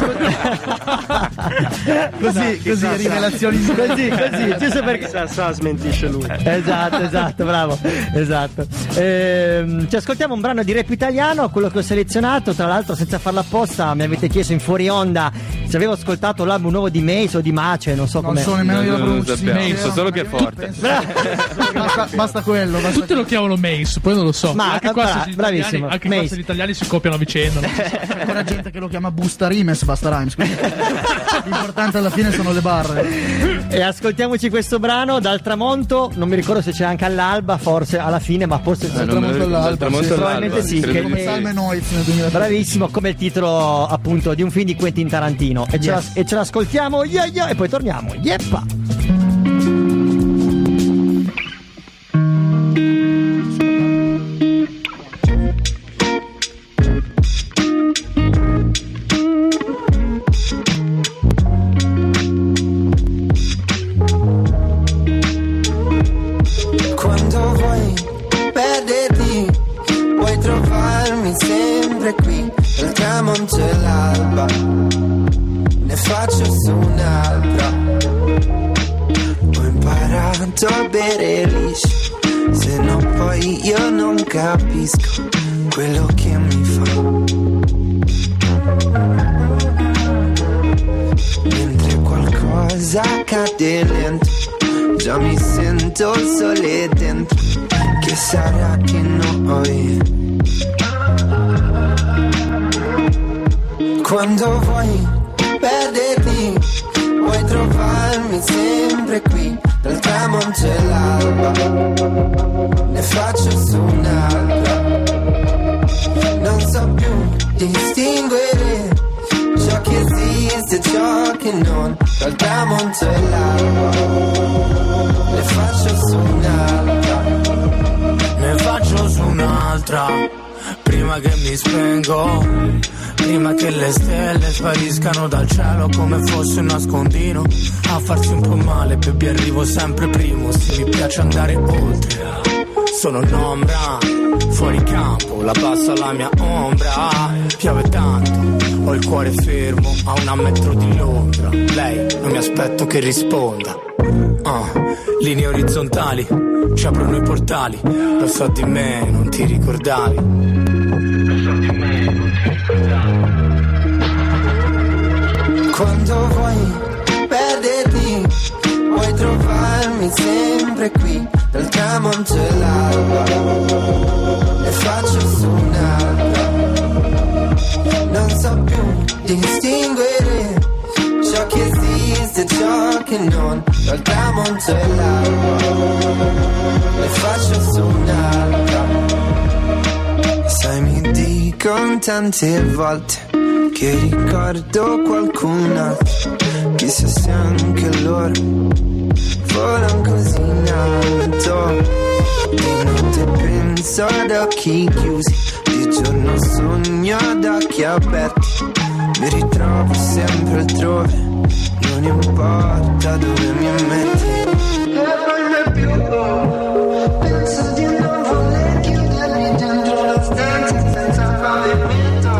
Così rivelazioni così, giusto perché sa smentisce lui. Esatto, bravo. Esatto. Ci ascoltiamo un brano di rap italiano, quello che ho selezionato, tra l'altro senza farlo apposta. Mi avete chiesto in fuori onda se avevo ascoltato l'album nuovo di Mace o di Mace, non so come. Non so nemmeno io la pronuncia. Mace, so solo che è forte. Basta quello. Tutti lo chiamano Mace, poi non lo so. Ma anche qua bravissimo. Anche qua se gli italiani si copiano a vicenda. C'è ancora gente che lo chiama Busta Rimes, Basta Rhymes. L'importante alla fine sono le barre. E ascoltiamoci questo brano dal tramonto. Non mi ricordo se c'è anche all'alba, forse alla fine, ma forse dal tramonto all'alba. Probabilmente sì. Come Salme Noiz nel 2000. Bravissimo, come il titolo appunto di un film di Quentin Tarantino. E ce l'ascoltiamo, e poi torniamo. Yeppa! Quando vuoi perderti, puoi trovarmi sempre qui, dal tramonto e l'alba, ne faccio su un'altra. Ho imparato a bere liscio, se no poi io non capisco quello che mi fa. Mentre qualcosa cade lento, già mi sento il sole dentro, che sarà che noi. Quando vuoi perderti, puoi trovarmi sempre qui, dal tramonto e l'alba, ne faccio su un'altra. Non so più distinguere ciò che esiste e ciò che non, dal tramonto e l'alba, ne faccio su un'altra. Ne faccio su un'altra, prima che mi spengo, prima che le stelle spariscano dal cielo come fosse un nascondino. A farsi un po' male, baby, arrivo sempre primo, se mi piace andare oltre. Sono un'ombra, fuori campo, la passa la mia ombra. Piove tanto, ho il cuore fermo a 1 metro di Londra. Lei, non mi aspetto che risponda. Linee orizzontali, ci aprono i portali. Lo so di me, non ti ricordavi. Quando vuoi perderti, puoi trovarmi sempre qui, dal tramonto e l'alba, ne faccio su un'altra. Non so più distinguere ciò che esiste e ciò che non, dal tramonto e l'alba, ne faccio su un'altra. Sai, mi dicono tante volte che ricordo qualcun altro, chissà se anche loro volano così in alto. Di notte penso ad occhi chiusi, di giorno sogno ad occhi aperti. Mi ritrovo sempre altrove, non importa dove mi metti. E non più, penso di non voler chiudermi dentro la stanza senza pavimento,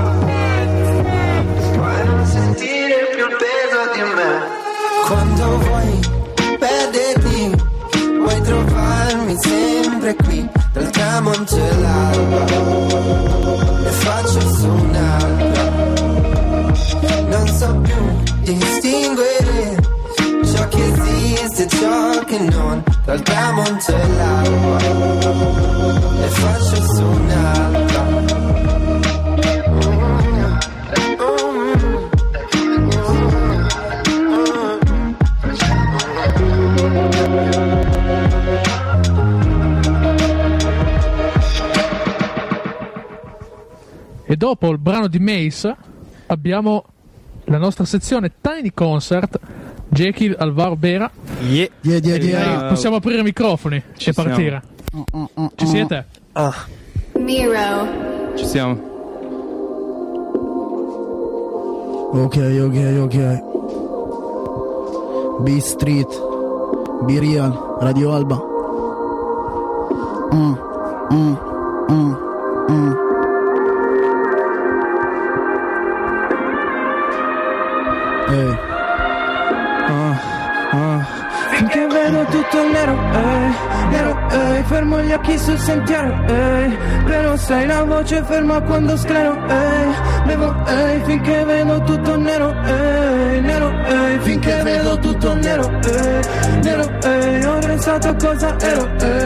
poi non sentire più il peso di me. Quando vuoi perderti, puoi trovarmi sempre qui, dal tramonto e l'alba, ne faccio su un'altra. Non so più distinguere ciò che esiste e ciò che non, dal tramonto e l'alba, ne faccio su un'altra. E dopo il brano di Mace abbiamo la nostra sezione Tiny Concert. Jekyll, Alvaro Bera. Possiamo aprire i microfoni e partire. Ci siete? Miro. Ci siamo. Ok. B Street. Be Real, Radio Alba. Finché vedo tutto nero, nero, fermo gli occhi sul sentiero, però sei la voce ferma quando sclero, bevo, finché vedo tutto nero, nero, finché vedo tutto nero, nero, ho pensato a cosa ero,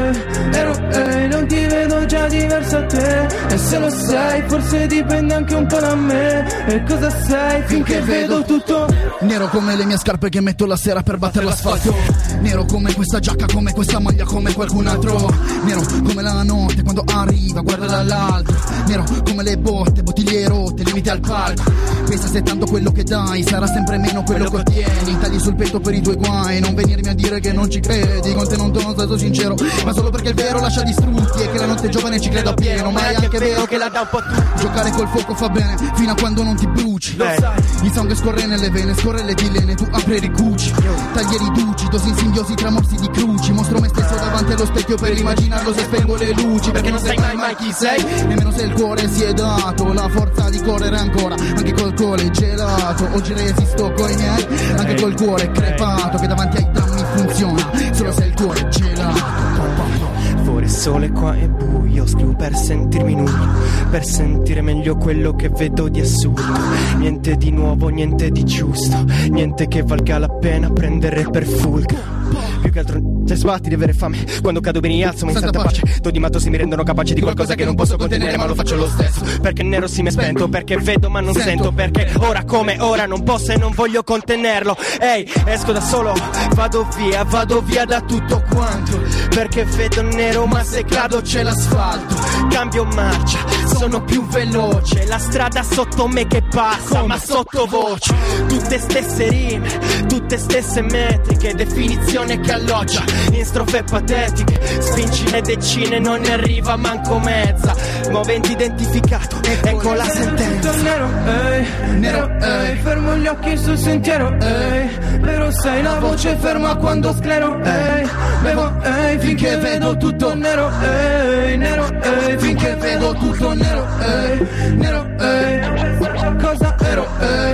non ti vedo già diverso a te, e se lo sai forse dipende anche un po' da me, e cosa sei finché vedo tutto nero come le mie scarpe che metto la sera per battere l'asfalto, nero come questa giacca, come questa maglia, come qualcun altro, nero come la notte quando arriva, guarda dall'alto, nero come le bottiglie rotte, limiti al palco, pensa se tanto quello che dai sarà sempre meno quello che ottieni, tagli sul petto per i tuoi guai, non venirmi a dire che non ci credi, con te non sono stato sincero, ma solo perché il vero lascia distrutti e che la notte giovane ci credo appieno, ma è anche vero che la dà un po' tu, giocare col fuoco fa bene fino a quando non ti bruci, il sangue scorre nelle vene, scorre le tilene, tu apri e ricuci, tagli e riduci, dosi insidiosi tra morsi di cruci, mostro me stesso davanti allo specchio per immaginarlo se spengo le luci, perché non sai mai chi sei, nemmeno se il cuore si è dato la forza di correre ancora, anche col cuore gelato, oggi resisto coi miei, anche col cuore crepato, che davanti ai danni funziona, solo se il cuore è gelato. Fuori sole qua è buio, scrivo per sentirmi nudo, per sentire meglio quello che vedo di assurdo, niente di nuovo, niente di giusto, niente che valga la pena prendere per fulcro. Più che altro se sbatti di avere fame, quando cado mi rialzo ma in santa pace, tutti i mattosi mi rendono capace di qualcosa che non posso contenere, ma lo faccio lo stesso, perché il nero si mi è spento, perché vedo ma non sento, perché ora come ora non posso e non voglio contenerlo. Ehi, esco da solo, vado via da tutto quanto, perché vedo nero ma se cado c'è l'asfalto, cambio marcia, sono più veloce, la strada sotto me che passa ma sottovoce, tutte stesse rime, tutte stesse metriche, definizione che alloggia in strofe patetiche, spingi le decine, non ne arriva manco mezza, movente identificato, ecco la sentenza. Nero, nero, fermo gli occhi sul sentiero, però sei la voce ferma quando sclero, bevo, finché vedo tutto nero, nero, finché vedo tutto nero, nero, cosa ero,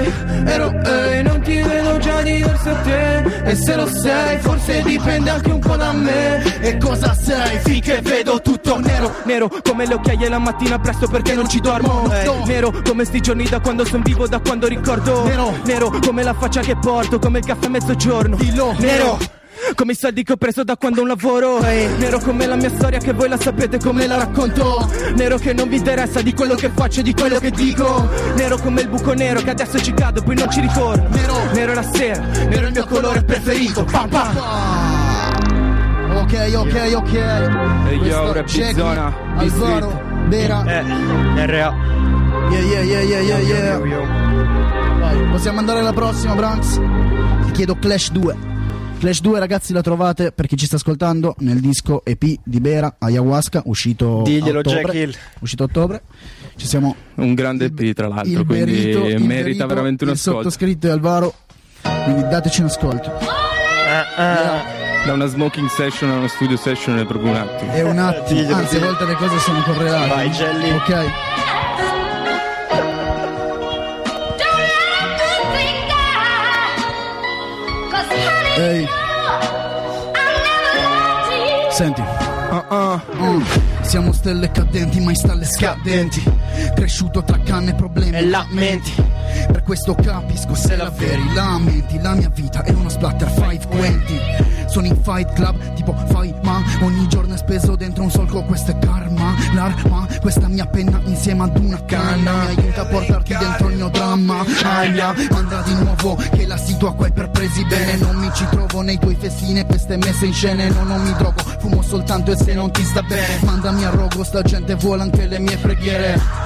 non ti vedo già diverso a te, e se lo sei forse dipende anche un po' da me, e cosa sei finché vedo tutto nero, nero come le occhiaie la mattina presto perché non ci dormo, nero come sti giorni da quando son vivo, da quando ricordo, nero, nero come la faccia che porto, come il caffè a mezzogiorno, dillo, nero come i soldi che ho preso da quando un lavoro, nero come la mia storia che voi la sapete come la racconto, nero che non vi interessa di quello che faccio e di quello che dico, nero come il buco nero che adesso ci cado poi non ci ritorno, nero, nero la sera, nero il mio colore preferito, pa pa. Ok. E io Rapizzona, Alvaro, Bera, R.A. Yeah. Vai, possiamo andare alla prossima, Branks? Ti chiedo Clash 2. Clash 2, ragazzi, la trovate, per chi ci sta ascoltando, nel disco EP di Bera, Ayahuasca, uscito Diglielo, a ottobre. Jack Hill. Uscito a ottobre. Ci siamo. Un grande EP, tra l'altro, quindi merita veramente un ascolto. Il sottoscritto è Alvaro, quindi dateci un ascolto. Da una smoking session a una studio session è proprio un attimo. È un attimo, anzi a volte le cose sono correlate. Vai, Jelly. Ok. Ehi. Senti. Siamo stelle cadenti, mai stalle scadenti. Cresciuto tra canne, problemi e lamenti. Per questo capisco se la veri lamenti. La mia vita è uno splatter 520. Sono in Fight Club, tipo fai ma ogni giorno è speso dentro un solco, questo è karma. L'arma, questa mia penna insieme ad una canna mi aiuta a portarti dentro il mio dramma. Aia, manda di nuovo che la situa qua è per presi bene. Non mi ci trovo nei tuoi festini e queste messe in scene. No, non mi drogo, fumo soltanto e se non ti sta bene mandami a rogo, sta gente vuole anche le mie preghiere.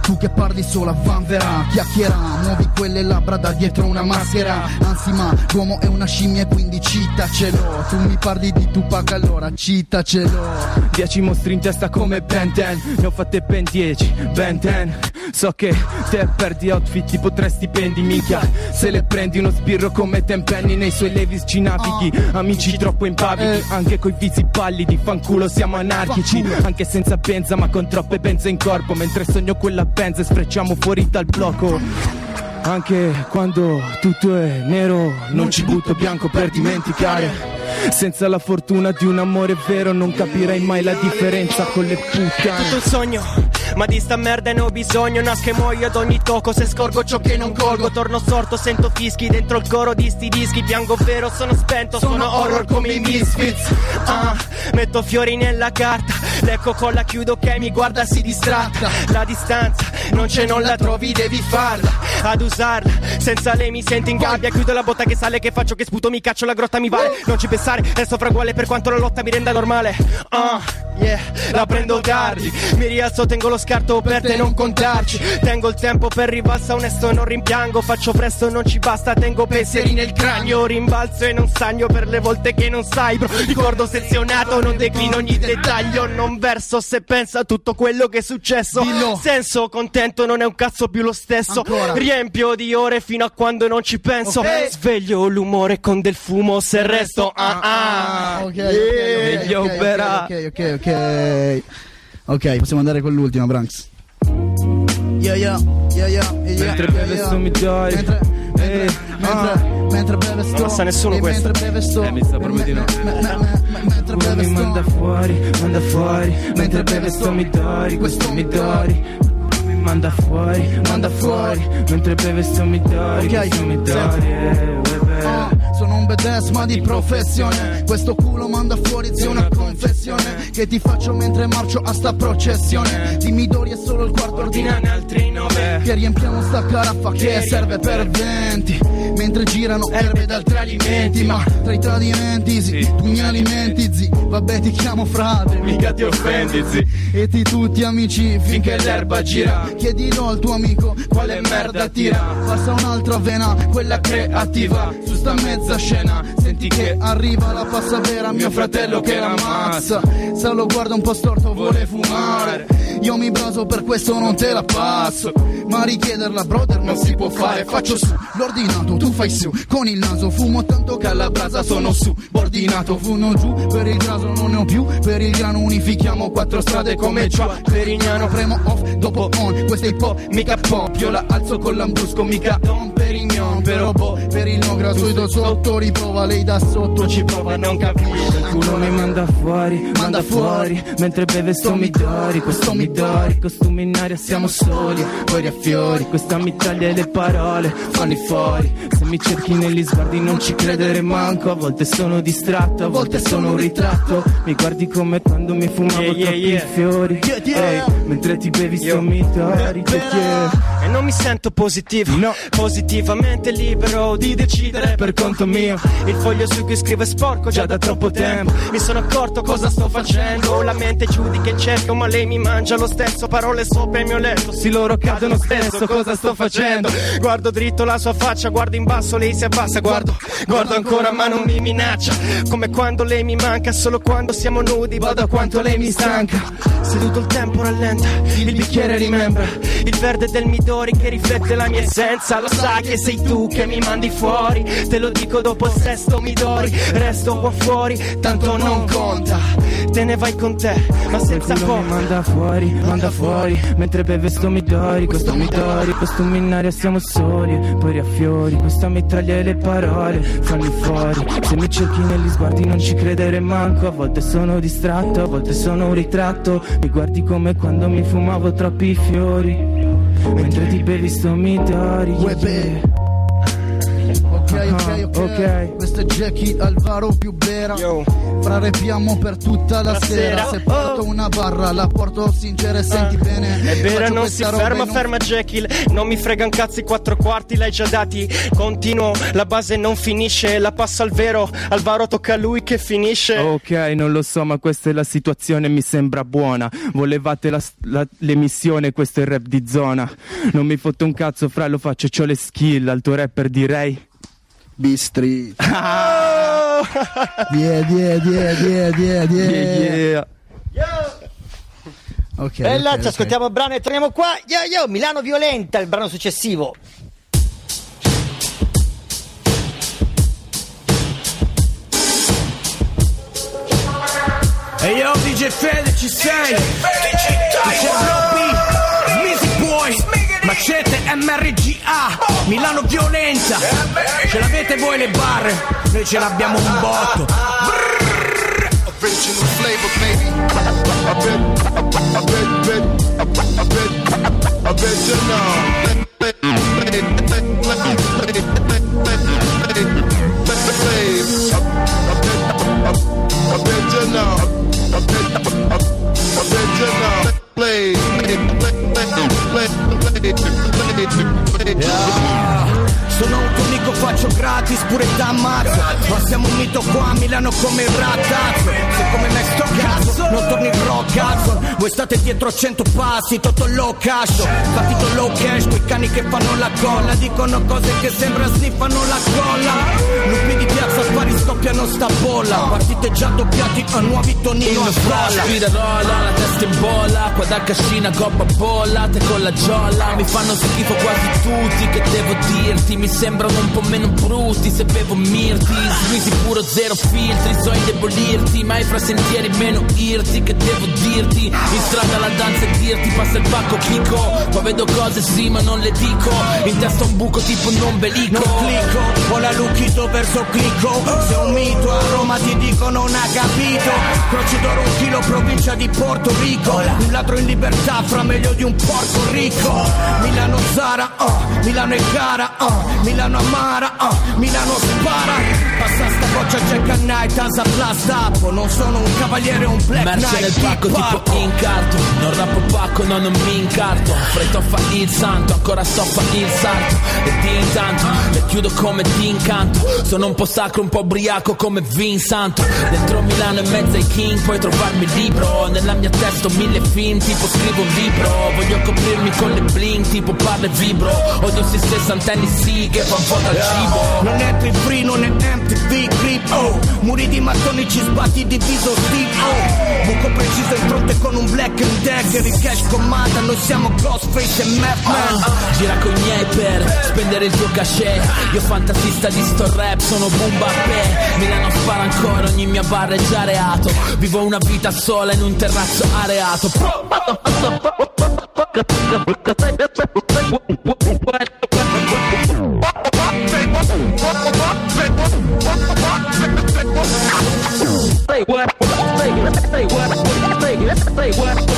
Tu che parli sola vanverà, chiacchierà, muovi quelle labbra da dietro una maschera. Anzi ma l'uomo è una scimmia e quindi citacelo. Tu mi parli di Tupac allora citacelo. 10 mostri in testa come Ben 10, ne ho fatte ben 10, Ben 10. So che te perdi outfit tipo 3 stipendi, minchia. Se le prendi uno sbirro come Tempenny, nei suoi Levis ci navighi. Amici troppo impavidi, anche coi visi pallidi. Fanculo siamo anarchici, anche senza benza ma con troppe benze in corpo. Mentre sogno quella benza e sfrecciamo fuori dal blocco. Anche quando tutto è nero non ci butto bianco per dimenticare. Senza la fortuna di un amore vero non capirai mai la differenza con le puttane. Tutto un sogno, ma di sta merda ne ho bisogno. Nasco e muoio ad ogni tocco, se scorgo ciò che non colgo. Torno sorto, sento fischi dentro il coro di sti dischi. Piango vero, sono spento, sono horror come i Misfits. Metto fiori nella carta, l'ecco con la chiudo che mi guarda si distratta. La distanza non c'è, non la trovi, devi farla. Ad usarla, senza lei mi sento in gabbia. Chiudo la botta che sale, che faccio, che sputo, mi caccio, la grotta mi vale. Non ci pensare, resto fraguale per quanto la lotta mi renda normale. La prendo tardi, mi rialzo, tengo lo scarto per te, non contarci. Tengo il tempo per rivalsa, onesto e non rimpiango. Faccio presto, non ci basta, tengo pensieri nel cranio. Rimbalzo e non stagno per le volte che non sai, bro. Ricordo sezionato, non declino ogni dettaglio. Non verso se pensa a tutto quello che è successo. Dillo. Senso, contento, non è un cazzo più lo stesso. Ancora. Riempio di ore fino a quando non ci penso. Sveglio l'umore con del fumo, se resto Ok, possiamo andare con l'ultima, Branks. Mentre beve sto mi dai. Mentre beve sto. Non sa nessuno questo. Mentre beve sto. Mi sa proprio di no. Mentre beve sto. Manda fuori. Mentre beve sto mi dai. Questo mi dai. Manda fuori. Mentre beve sto mi dai. Questo mi dai. Sono un badass ma di professione. Questo culo manda fuori, zia, una confessione che ti faccio mentre marcio a sta processione. Di Midori è solo il quarto, ordinane altri 9. Che riempiamo sta caraffa che serve per 20. Mentre girano erbe ed altri alimenti. Ma tra i tradimenti, tu mi alimenti, zi. Vabbè ti chiamo frate, mica ti offendi, zi. E ti tutti amici finché l'erba gira. Chiedilo al tuo amico quale merda tira. Passa un'altra vena, quella creativa. Su sta mezza scena senti che arriva la passa vera, mio fratello che l'ammazza. Se lo guarda un po' storto vuole fumare. Io mi braso per questo non te la passo. Ma richiederla brother non si può fare. Faccio su l'ordinato, tu fai su. Con il naso fumo tanto che alla brasa sono su. Bordinato funo giù, per il graso non ne ho più. Per il grano unifichiamo 4 strade come Ciao Perignano. Premo off, dopo on, questa è hip hop, mica pop. Io la alzo con l'ambusco, mica Don Perignon. Però per il no gratuito sotto riprova, lei da sotto ci prova a non capire. Il culo mi manda fuori. Mentre beve sto midori, questo midori. Costumi in aria siamo soli, fuori a fiori. Questa mi taglia le parole, fanno fuori. Se mi cerchi negli sguardi non ci credere manco. A volte sono distratto, a volte sono un ritratto. Mi guardi come quando mi fumavo troppi fiori. Mentre ti bevi sto midori. E non mi sento positivo, no. Positivamente libero di decidere per conto mio. Il foglio su cui scrivo è sporco già da troppo tempo. Mi sono accorto cosa sto facendo. La mente giudica e cerco, ma lei mi mangia lo stesso. Parole sopra il mio letto, sì loro cadono stesso. Cosa sto facendo? Guardo dritto la sua faccia, guardo in basso, lei si abbassa. Guardo ancora ma non mi minaccia. Come quando lei mi manca, solo quando siamo nudi. Vado a quanto lei mi stanca. Seduto il tempo rallenta, il bicchiere rimembra il verde del Midori che riflette la mia essenza. Lo sai che sei tu che mi mandi fuori. Te lo dico dopo il sesto Midori. Resto qua fuori, tanto non conta. Te ne vai con te, ma senza mi manda fuori. Mentre beve sto Midori, questo Midori. Costumi in aria siamo soli, poi riaffiori. Questa mitraglia e le parole fanno fuori. Se mi cerchi negli sguardi non ci credere manco. A volte sono distratto, a volte sono un ritratto. Mi guardi come quando mi fumavo troppi fiori. Mentre ti bevi sto Midori. Ok. Questo è Jackie Alvaro più Bera. Fra rappiamo per tutta la sera. Se porto una barra la porto sincera e senti bene. È vera, non si ferma Jekyll. Non mi frega un cazzo, i 4 quarti l'hai già dati. Continuo, la base non finisce. La passa al vero, Alvaro tocca a lui che finisce. Ok, non lo so, ma questa è la situazione, mi sembra buona. Volevate l'emissione, questo è il rap di zona. Non mi fotto un cazzo, fra, lo faccio, c'ho le skill. Al tuo rapper direi B-Street. Yeah. Ok. Bella, ci ascoltiamo il brano e torniamo qua. Yo, Milano Violenta, il brano successivo. Ehi yo, DJ Fede, ci sei? C'è Robby, Smeezy Boy, Macete, MRGA, Milano Violenta. Ce l'avete voi le barre? Noi ce l'abbiamo un botto. Original flavor, baby. I bet you know. Sono un tuo amico, faccio gratis pure t'ammazzo. Ma siamo un mito qua a Milano come il rattazzo. Se come me sto cazzo non torni in rock cazzo. Voi state dietro a 100 passi, tutto low cash. Partito low cash, quei cani che fanno la colla. Dicono cose che sembra sniffano la colla. Lupi di piazza, affari scoppiano sta bolla. Partite già doppiati a nuovi Tonino a scuola. Spirarola, la testa in bolla. Qua da cascina, gobba bolla. Te con la giolla. Mi fanno schifo quasi tutti, che devo dirti. Mi sembrano un po' meno brutti se bevo mirti. Squeezy puro, zero filtri. So indebolirti, mai fra sentieri meno irti. Che devo dirti, in strada la danza e dirti. Passa il pacco Chico. Poi vedo cose sì ma non le dico. In testa un buco tipo un ombelico. Non clicco, ho la Luchito verso clicco. Sei un mito, a Roma ti dico non ha capito. Croci d'oro 1 chilo, provincia di Porto Rico. Un ladro in libertà fra meglio di un porco ricco. Milano Zara, Milano è cara, Milano amara, Milano spara. Passa sta boccia Jack and Night, Asa Plastapo. Non sono un cavaliere, un black knight. Merce nel pacco tipo incarto. Non rappo pacco, no, non mi incarto. Fretto fa il santo, ancora sto fa il salto. E di intanto le chiudo come di incanto. Sono un po' sacro, un po' ubriaco come Vinsanto. Dentro Milano e mezzo ai king puoi trovarmi libro. Nella mia testa 1000 film, tipo scrivo un libro. Voglio coprirmi con le bling, tipo parlo e vibro. Odio se stessa antenni sì che fa un po' dal cibo. Non è free free, non è MTV clip, muri di mattoni ci sbatti diviso Steve, buco preciso in fronte con un black and dagger. Il cash comanda, noi siamo Ghostface e Meth Man. Gira con i miei per spendere il tuo cachet. Io fantasista di sto rap, sono boom bappé. Milano spara ancora, ogni mia barra è già reato. Vivo una vita sola in un terrazzo areato. Say what? Say what? Say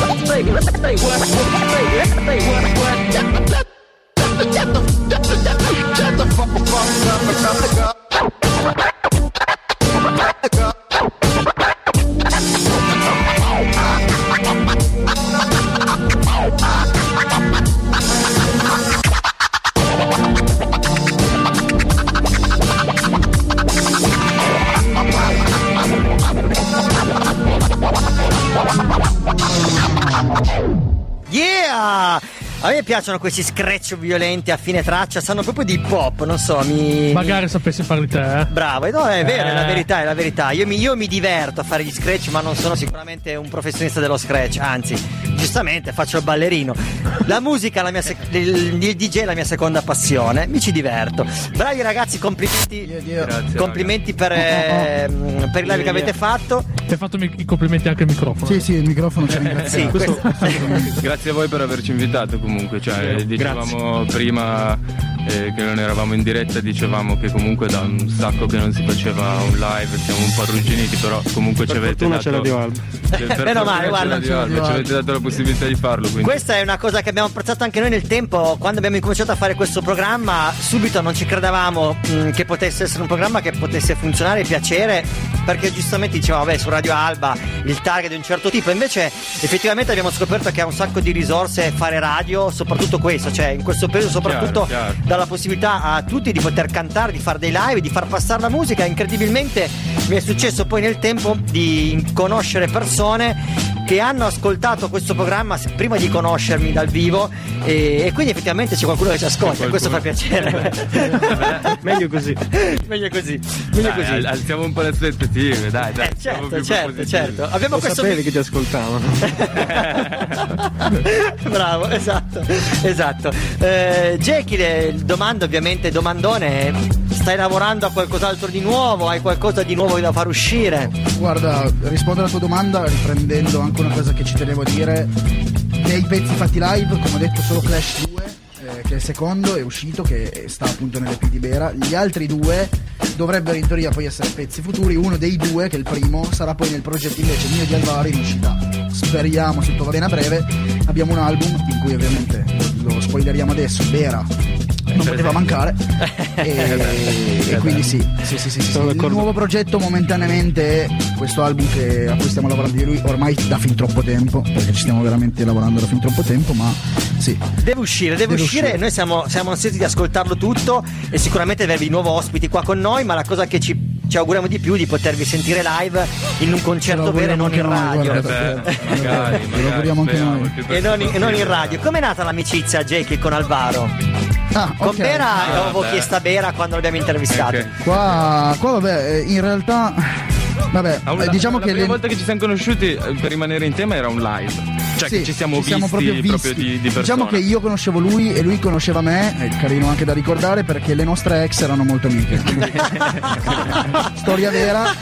Yeah! A me piacciono questi scratch violenti a fine traccia, sanno proprio di hip hop, non so, magari sapessi farli te, eh? Bravo, no, è vero, è la verità, è la verità. Io mi diverto a fare gli scratch, ma non sono sicuramente un professionista dello scratch, anzi, giustamente faccio il ballerino. La musica, il DJ è la mia seconda passione, mi ci diverto. Bravi ragazzi, complimenti. Grazie, complimenti per i live che avete fatto. Ti hai fatto i complimenti anche al microfono. Sì, il microfono ci ringrazia. Grazie a voi per averci invitato comunque, cioè dicevamo prima che non eravamo in diretta, dicevamo che comunque da un sacco che non si faceva un live, siamo un po' arrugginiti, però comunque ci avete dato, c'è Radio Alba. Meno male, guarda, ci avete dato la possibilità di farlo, quindi. Questa è una cosa che abbiamo apprezzato anche noi nel tempo, quando abbiamo incominciato a fare questo programma. Subito non ci credevamo che potesse essere un programma che potesse funzionare e piacere, perché giustamente dicevamo, vabbè, su Radio Alba il target è di un certo tipo, invece effettivamente abbiamo scoperto che ha un sacco di risorse fare radio, soprattutto questo, cioè in questo periodo soprattutto chiaro. dà la possibilità a tutti di poter cantare, di fare dei live, di far passare la musica. Incredibilmente mi è successo poi nel tempo di conoscere persone che hanno ascoltato questo programma prima di conoscermi dal vivo, e quindi effettivamente c'è qualcuno che ci ascolta, questo fa piacere. Meglio così. Meglio così. Alziamo un po' le aspettative, dai. Certo. Abbiamo questo. Sapevi che ti ascoltavano. Bravo, esatto. Jackie, domandone, stai lavorando a qualcos'altro di nuovo? Hai qualcosa di nuovo da far uscire? Guarda, rispondo alla tua domanda riprendendo anche una cosa che ci tenevo a dire. Dei pezzi fatti live, come ho detto, solo Clash 2, che è il secondo, è uscito, che sta appunto nell'EP di Bera. Gli altri due dovrebbero in teoria poi essere pezzi futuri. Uno dei due, che è il primo, sarà poi nel progetto invece mio di Alvaro, in uscita, speriamo, se tutto va bene, a breve. Abbiamo un album in cui ovviamente lo spoileriamo adesso, Bera non poteva mancare, e quindi sì. Il nuovo progetto momentaneamente è questo album a cui stiamo lavorando di lui ormai da fin troppo tempo, perché ci stiamo veramente lavorando da fin troppo tempo, ma sì, deve uscire. Noi siamo ansiosi di ascoltarlo tutto e sicuramente avervi di nuovo ospiti qua con noi, ma la cosa che ci auguriamo di più è di potervi sentire live in un concerto vero e non in radio. Magari, lo auguriamo anche noi. E non in radio. Com'è nata l'amicizia, Jackie, con Alvaro? Con Bera avevo chiesto a Bera quando l'abbiamo intervistato. Qua vabbè, in realtà diciamo che la prima volta che ci siamo conosciuti, per rimanere in tema, era un live. Cioè che ci siamo visti proprio di persona. Diciamo che io conoscevo lui e lui conosceva me, è carino anche da ricordare, perché le nostre ex erano molto amiche. Storia vera.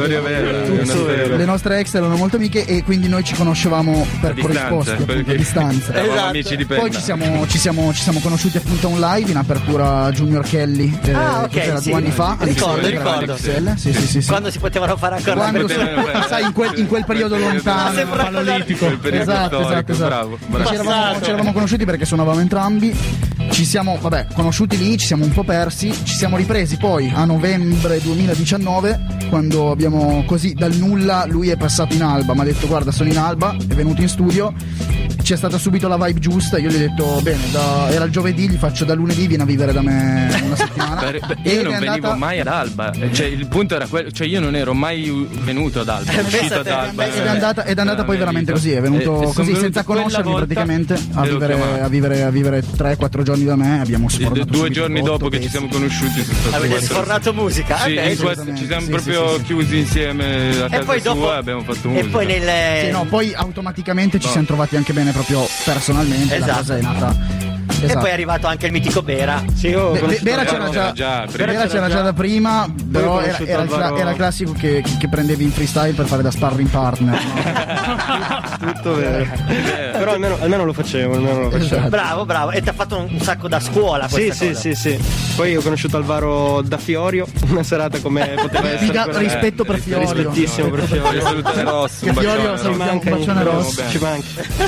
Le nostre ex erano molto amiche e quindi noi ci conoscevamo per corrisposti, appunto, a distanza. Eravamo amici di penna. Poi ci siamo conosciuti appunto a un live in apertura Junior Kelly, era 2 anni fa. Ricordo. Sì. Quando si potevano fare ancora sai, in quel periodo lontano, paleolitico. Esatto. Bravo. Ci eravamo conosciuti perché suonavamo entrambi, ci siamo conosciuti lì, ci siamo un po' persi, ci siamo ripresi poi a novembre 2019, quando abbiamo così dal nulla, lui è passato in Alba, mi ha detto guarda sono in Alba, è venuto in studio, c'è stata subito la vibe giusta, io gli ho detto bene, era il giovedì, gli faccio da lunedì, vieni a vivere da me una settimana. Io non venivo mai ad Alba, cioè il punto era quello, cioè io non ero mai venuto ad Alba, uscito ad Alba. Ed è andata poi veramente così, è venuto così senza conoscermi praticamente a vivere 3-4 giorni da me, abbiamo sfornato 2 giorni dopo che ci siamo conosciuti. Avete sfornato musica? Sì, ci siamo proprio chiusi insieme a casa sua e abbiamo fatto musica. E poi poi automaticamente ci siamo trovati anche bene proprio personalmente, la cosa è nata. E poi è arrivato anche il mitico Bera. Bera c'era già da prima, però era il classico che prendevi in freestyle per fare da sparring partner. Tutto vero. Però almeno lo facevo. Esatto. Bravo. E ti ha fatto un sacco da scuola questa cosa. Sì. Poi ho conosciuto Alvaro da Fiorio, una serata come poteva essere. Rispetto per Fiorio. Rispettissimo per Fiorio. Salutare Rosso. Che Fiorio un bacione Rosso. Ci manca.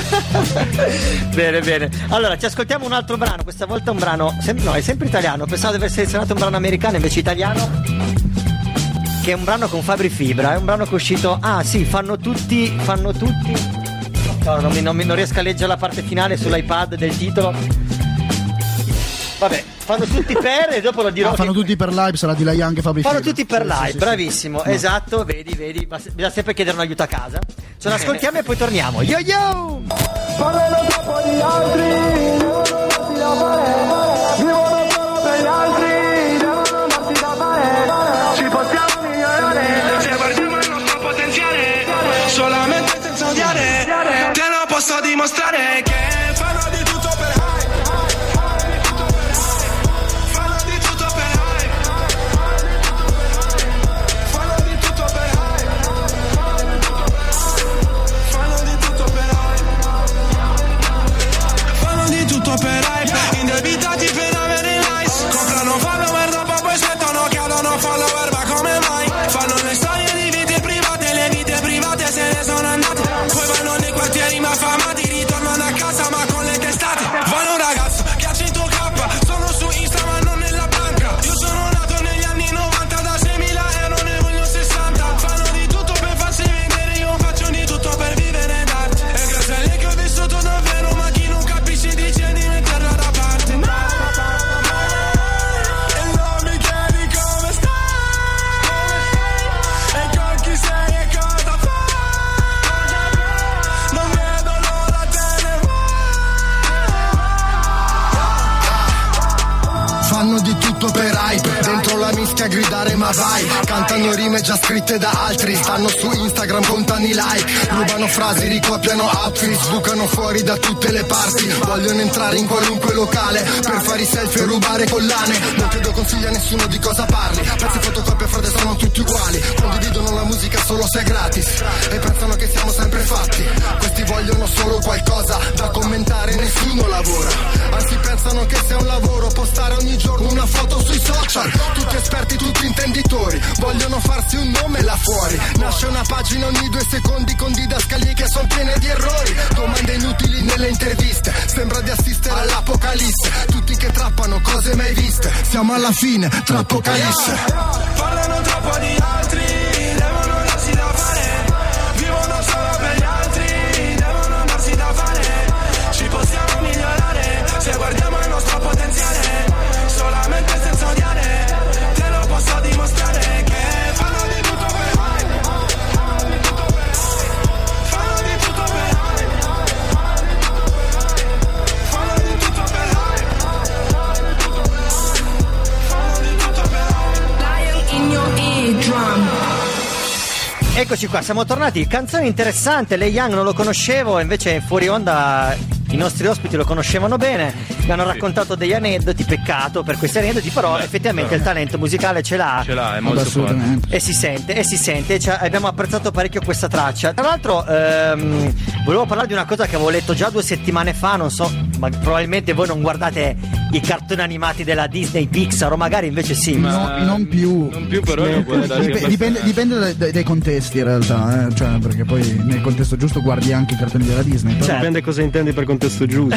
Bene. Allora, ci ascoltiamo un altro brano, questa volta un brano è sempre italiano, pensavo di aver selezionato un brano americano, invece italiano, che è un brano con Fabri Fibra, è un brano che è uscito, fanno tutti no, non riesco a leggere la parte finale sull'iPad del titolo, vabbè, fanno tutti per e dopo lo dirò. Fanno tutti per live, sarà di La Young e Fabri Fibra. Fanno tutti per live, bravissimo, esatto, vedi, bisogna sempre chiedere un aiuto a casa. Ce l'ascoltiamo e poi torniamo. Yo! Parlano troppo di altri, devono darsi da fare, vivono solo per gli altri, devono darsi da fare, ci possiamo migliorare, se guardiamo il nostro potenziale, solamente senza odiare, te lo posso dimostrare che fanno di tutto per hype, fanno di tutto per hype, fanno di tutto per hype, fanno di tutto per hype, fanno di tutto per hype, indebitati per avere like, fanno di tutto per hype, dentro la mischia a gridare ma vai, cantano rime già scritte da altri, stanno su Instagram contano i like, rubano frasi, ricopiano outfit, bucano fuori da tutte le parti, vogliono entrare in qualunque locale per fare i selfie e rubare collane, non chiedo consigli a nessuno di cosa parli, pezzi fotocopia frate sono tutti uguali, condividono la musica solo se è gratis e pensano che siamo sempre fatti, questi vogliono solo qualcosa da commentare, nessuno lavora, anzi pensano che sia un lavoro postare ogni giorno una foto sui social, tutti esperti, tutti intenditori, vogliono farsi un nome là fuori, nasce una pagina ogni 2 secondi con didascalie che sono piene di errori, domande inutili nelle interviste, sembra di assistere all'apocalisse, tutti che trappano cose mai viste, siamo alla fine tra apocalisse. Parlano troppo di altri, devono darsi da fare, vivono solo per gli altri, devono darsi da fare, ci possiamo migliorare se guardiamo il nostro potenziale, solamente senza odiare, te lo posso dimostrare che fanno di tutto per hype, fanno di tutto per hype, fanno di tutto per hype, fanno di tutto per hype. In your eardrum. Eccoci qua, siamo tornati. Canzone interessante, Lei Young non lo conoscevo, invece fuori onda i nostri ospiti lo conoscevano bene, mi hanno raccontato degli aneddoti, peccato per questi aneddoti, però effettivamente il talento musicale ce l'ha. Ce l'ha, è molto forte. E si sente, abbiamo apprezzato parecchio questa traccia. Tra l'altro volevo parlare di una cosa che avevo letto già 2 settimane fa, non so, ma probabilmente voi non guardate i cartoni animati della Disney, Pixar, o magari invece sì. Non più. Non più, però dipende dai contesti in realtà, cioè, perché poi nel contesto giusto guardi anche i cartoni della Disney. Però... Dipende cosa intendi per contesto giusto.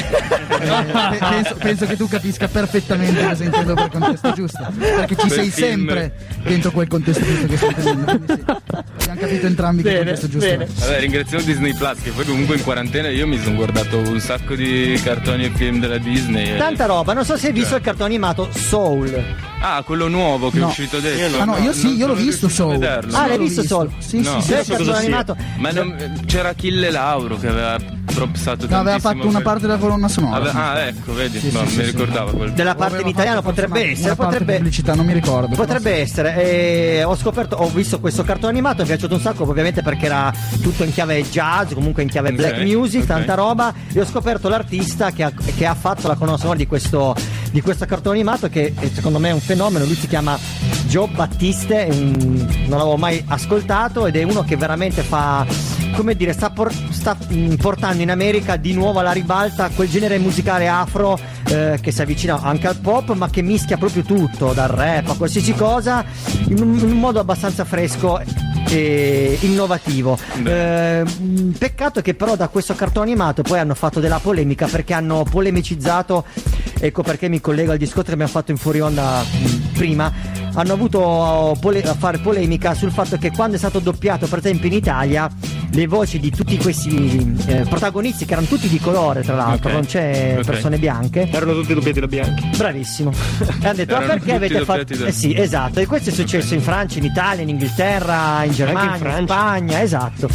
penso che tu capisca perfettamente cosa intendo per contesto giusto, perché ci sei sempre dentro quel contesto giusto che stai intendendo, quindi sì, abbiamo capito entrambi che contesto giusto è. Vabbè, ringraziamo Disney Plus, che poi comunque in quarantena io mi sono guardato un sacco di cartoni e film della Disney. Tanta roba, non so se hai visto il cartone animato Soul. Ah, quello nuovo che è uscito adesso. Io l'ho visto Soul. L'hai visto Soul? Sì, no, sì, il cartone animato. Ma c'era Achille Lauro che aveva propsato tantissimo. Aveva fatto una parte della colonna sonora. Ecco, vedi, mi ricordavo quello. Della parte in italiano potrebbe essere, pubblicità, non mi ricordo. Potrebbe essere. Ho visto questo cartone animato, mi è piaciuto un sacco, ovviamente perché era tutto in chiave jazz, comunque in chiave black music, tanta roba, e ho scoperto l'artista che ha fatto la colonna sonora di questo cartone animato, che secondo me è un fenomeno. Lui si chiama Joe Battiste, non l'avevo mai ascoltato, ed è uno che veramente fa, come dire, sta portando in America di nuovo alla ribalta quel genere musicale afro che si avvicina anche al pop, ma che mischia proprio tutto, dal rap a qualsiasi cosa, in un modo abbastanza fresco e innovativo. Peccato che però da questo cartone animato poi hanno fatto della polemica, perché hanno polemicizzato, ecco perché mi collego al discorso che abbiamo fatto in fuori onda prima. Hanno avuto a fare polemica sul fatto che quando è stato doppiato, per esempio in Italia, le voci di tutti questi protagonisti, che erano tutti di colore tra l'altro, non c'è persone bianche, erano tutti doppiati da bianchi. Bravissimo. E hanno detto: ma perché avete fatto? Sì, esatto. E questo è successo in Francia, in Italia, in Inghilterra, in Germania, in Spagna. Esatto.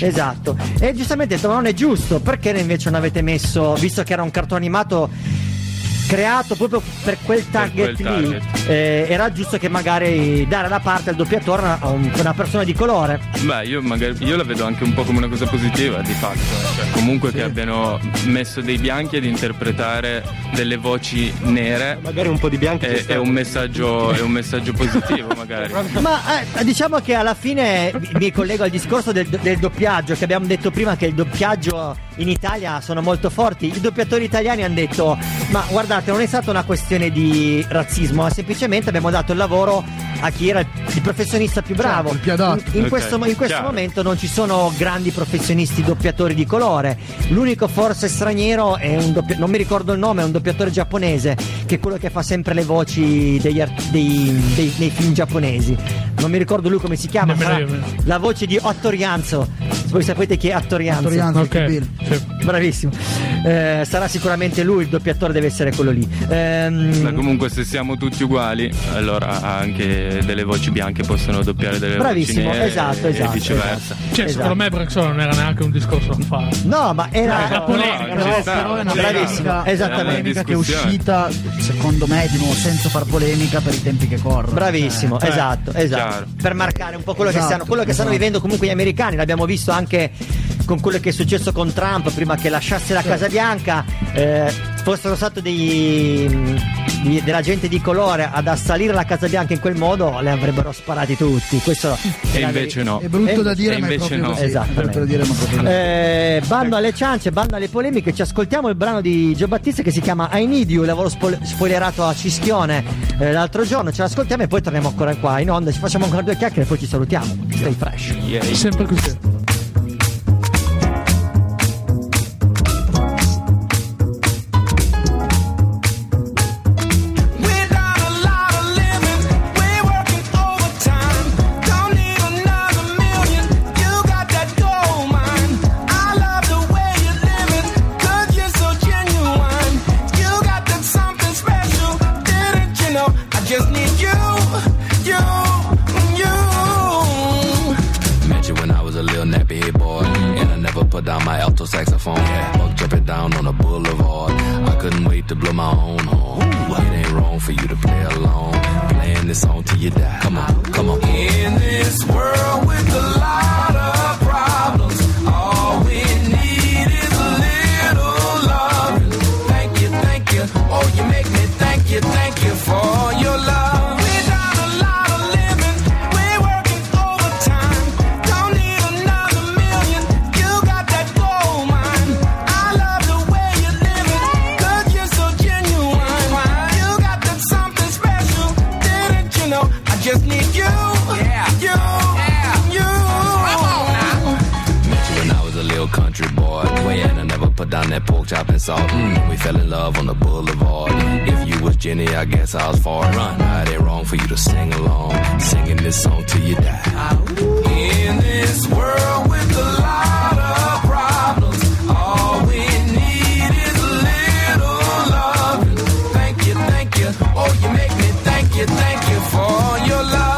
E giustamente detto: ma non è giusto, perché invece non avete messo, visto che era un cartone animato creato proprio per quel target lì, era giusto che magari dare la parte al doppiatore a una persona di colore. Beh, io la vedo anche un po' come una cosa positiva, di fatto, cioè, comunque che abbiano messo dei bianchi ad interpretare delle voci nere, magari un po' di bianchi è un messaggio positivo magari. Ma diciamo che alla fine mi collego al discorso del doppiaggio, che abbiamo detto prima, che il doppiaggio in Italia sono molto forti. I doppiatori italiani hanno detto: ma guardate, non è stata una questione di razzismo, ma semplicemente abbiamo dato il lavoro a chi era il professionista più bravo. In questo momento non ci sono grandi professionisti doppiatori di colore. L'unico forse straniero è non mi ricordo il nome, è un doppiatore giapponese, che è quello che fa sempre le voci nei film giapponesi. Non mi ricordo lui come si chiama, la voce di Otto Rianzo. Voi sapete chi è Attorianzo? Attorianzo, Ok. Sì. Bravissimo. Sarà sicuramente lui, il doppiatore deve essere quello lì. Ma comunque se siamo tutti uguali, allora anche delle voci bianche possono doppiare delle Bravissimo, voci nere esatto, e viceversa. esatto. Cioè, secondo me Braxton non era neanche un discorso da fare. No, ma era Una polemica. No, ci sta. Però è una Bravissimo, polemica, esattamente. polemica che è Discussione. uscita, secondo me, di nuovo senza far polemica per i tempi che corrono. Bravissimo, Cioè, esatto. Chiaro. Per marcare un po' quello che Esatto, stanno esatto. vivendo comunque gli americani. L'abbiamo visto anche con quello che è successo con Trump prima che lasciasse la Casa Bianca. Fossero stato della gente di colore ad assalire la Casa Bianca in quel modo, le avrebbero sparati tutti. Questo E invece no. È brutto da dire, E ma è invece proprio no. così. Esattamente. È brutto da dire, ma è proprio così. Bando alle ciance, bando alle polemiche. Ci ascoltiamo il brano di Gio Battista che si chiama I Need You. L'avevo spoilerato a Cischione l'altro giorno. Ce l'ascoltiamo e poi torniamo ancora qua in onda. Ci facciamo ancora 2 chiacchiere e poi ci salutiamo. Stay fresh. Sempre così. Down my alto saxophone, buck jumping down on a boulevard. I couldn't wait to blow my own horn. It ain't wrong for you to play along, playing this song till you die. Come on, come on. In this world with a lot of problems, all we need is a little love. Thank you, oh you make me thank you for your love. Just need you, you. Come on now. Met you when I was a little country boy, way and I never put down that pork chop and salt. We fell in love on the boulevard. If you was Jenny, I guess I was far run. It ain't wrong for you to sing along, singing this song till you die. In this world with a lot of problems, all we need is a little love. Thank you, oh you make me thank you for your love.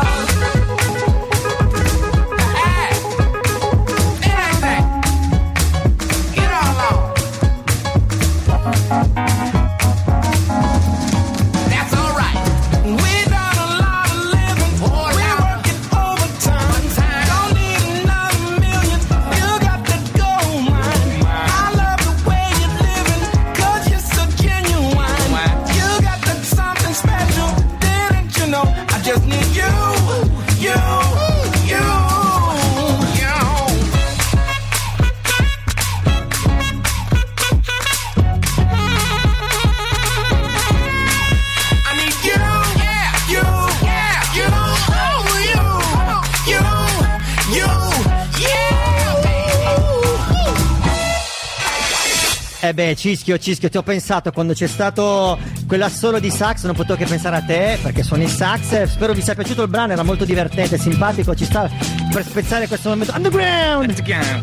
Cischio, ti ho pensato quando c'è stato quell'assolo di sax, non potevo che pensare a te perché suoni il sax. Spero vi sia piaciuto il brano, era molto divertente, simpatico, ci sta per spezzare questo momento underground.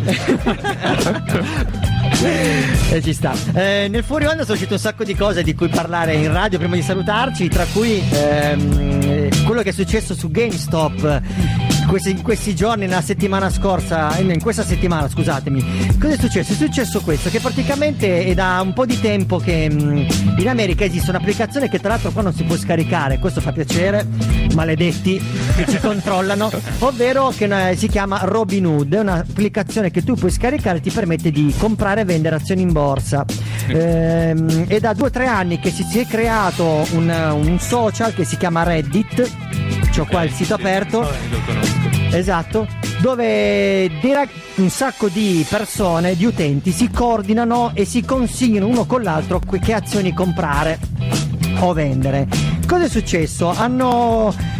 E ci sta. Nel fuori onda sono uscite un sacco di cose di cui parlare in radio prima di salutarci, tra cui quello che è successo su GameStop in questi giorni, nella settimana scorsa, in questa settimana, scusatemi. Cosa è successo? È successo questo, che praticamente è da un po' di tempo che in America esiste un'applicazione che tra l'altro qua non si può scaricare, questo fa piacere, maledetti che ci controllano, ovvero che si chiama Robinhood. È un'applicazione che tu puoi scaricare e ti permette di comprare e vendere azioni in borsa. È da 2 o 3 anni che si è creato un social che si chiama Reddit. C'ho qua il sito aperto. Lo conosco. Esatto, dove un sacco di persone, di utenti si coordinano e si consigliano uno con l'altro che azioni comprare o vendere. Cosa è successo?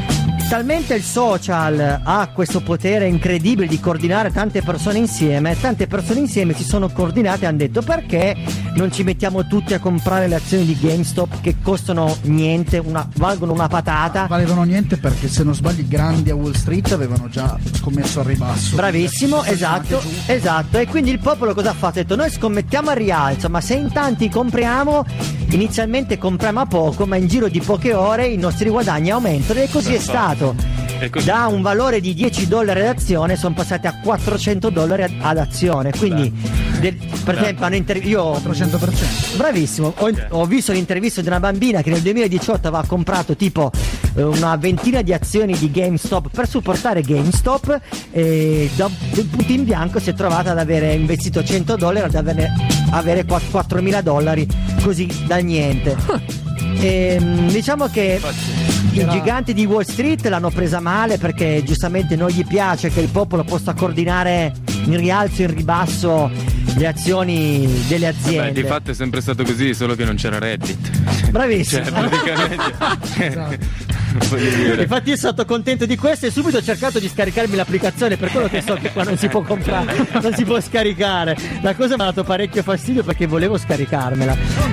talmente il social ha questo potere incredibile di coordinare tante persone insieme si sono coordinate e hanno detto: perché non ci mettiamo tutti a comprare le azioni di GameStop che costano niente, valgono una patata. Valevano niente perché, se non sbagli, i grandi a Wall Street avevano già scommesso al ribasso. Bravissimo, esatto. E quindi il popolo cosa ha fatto? Ha detto: noi scommettiamo al rialzo, ma se in tanti compriamo, inizialmente compriamo a poco, ma in giro di poche ore i nostri guadagni aumentano, e così è stato. Da un valore di $10 ad azione sono passati a $400 ad azione. Quindi per esempio io 400%. Bravissimo, ho visto l'intervista di una bambina che nel 2018 aveva comprato tipo una ventina di azioni di GameStop per supportare GameStop, e da un punto in bianco si è trovata ad avere investito $100 ad avere $4.000 così dal niente. E diciamo che i giganti di Wall Street l'hanno presa male, perché giustamente non gli piace che il popolo possa coordinare in rialzo e in ribasso le azioni delle aziende. Di fatto è sempre stato così, solo che non c'era Reddit. Bravissimo. Cioè, praticamente Infatti io sono stato contento di questo e subito ho cercato di scaricarmi l'applicazione, per quello che so che qua non si può comprare, non si può scaricare. La cosa mi ha dato parecchio fastidio perché volevo scaricarmela.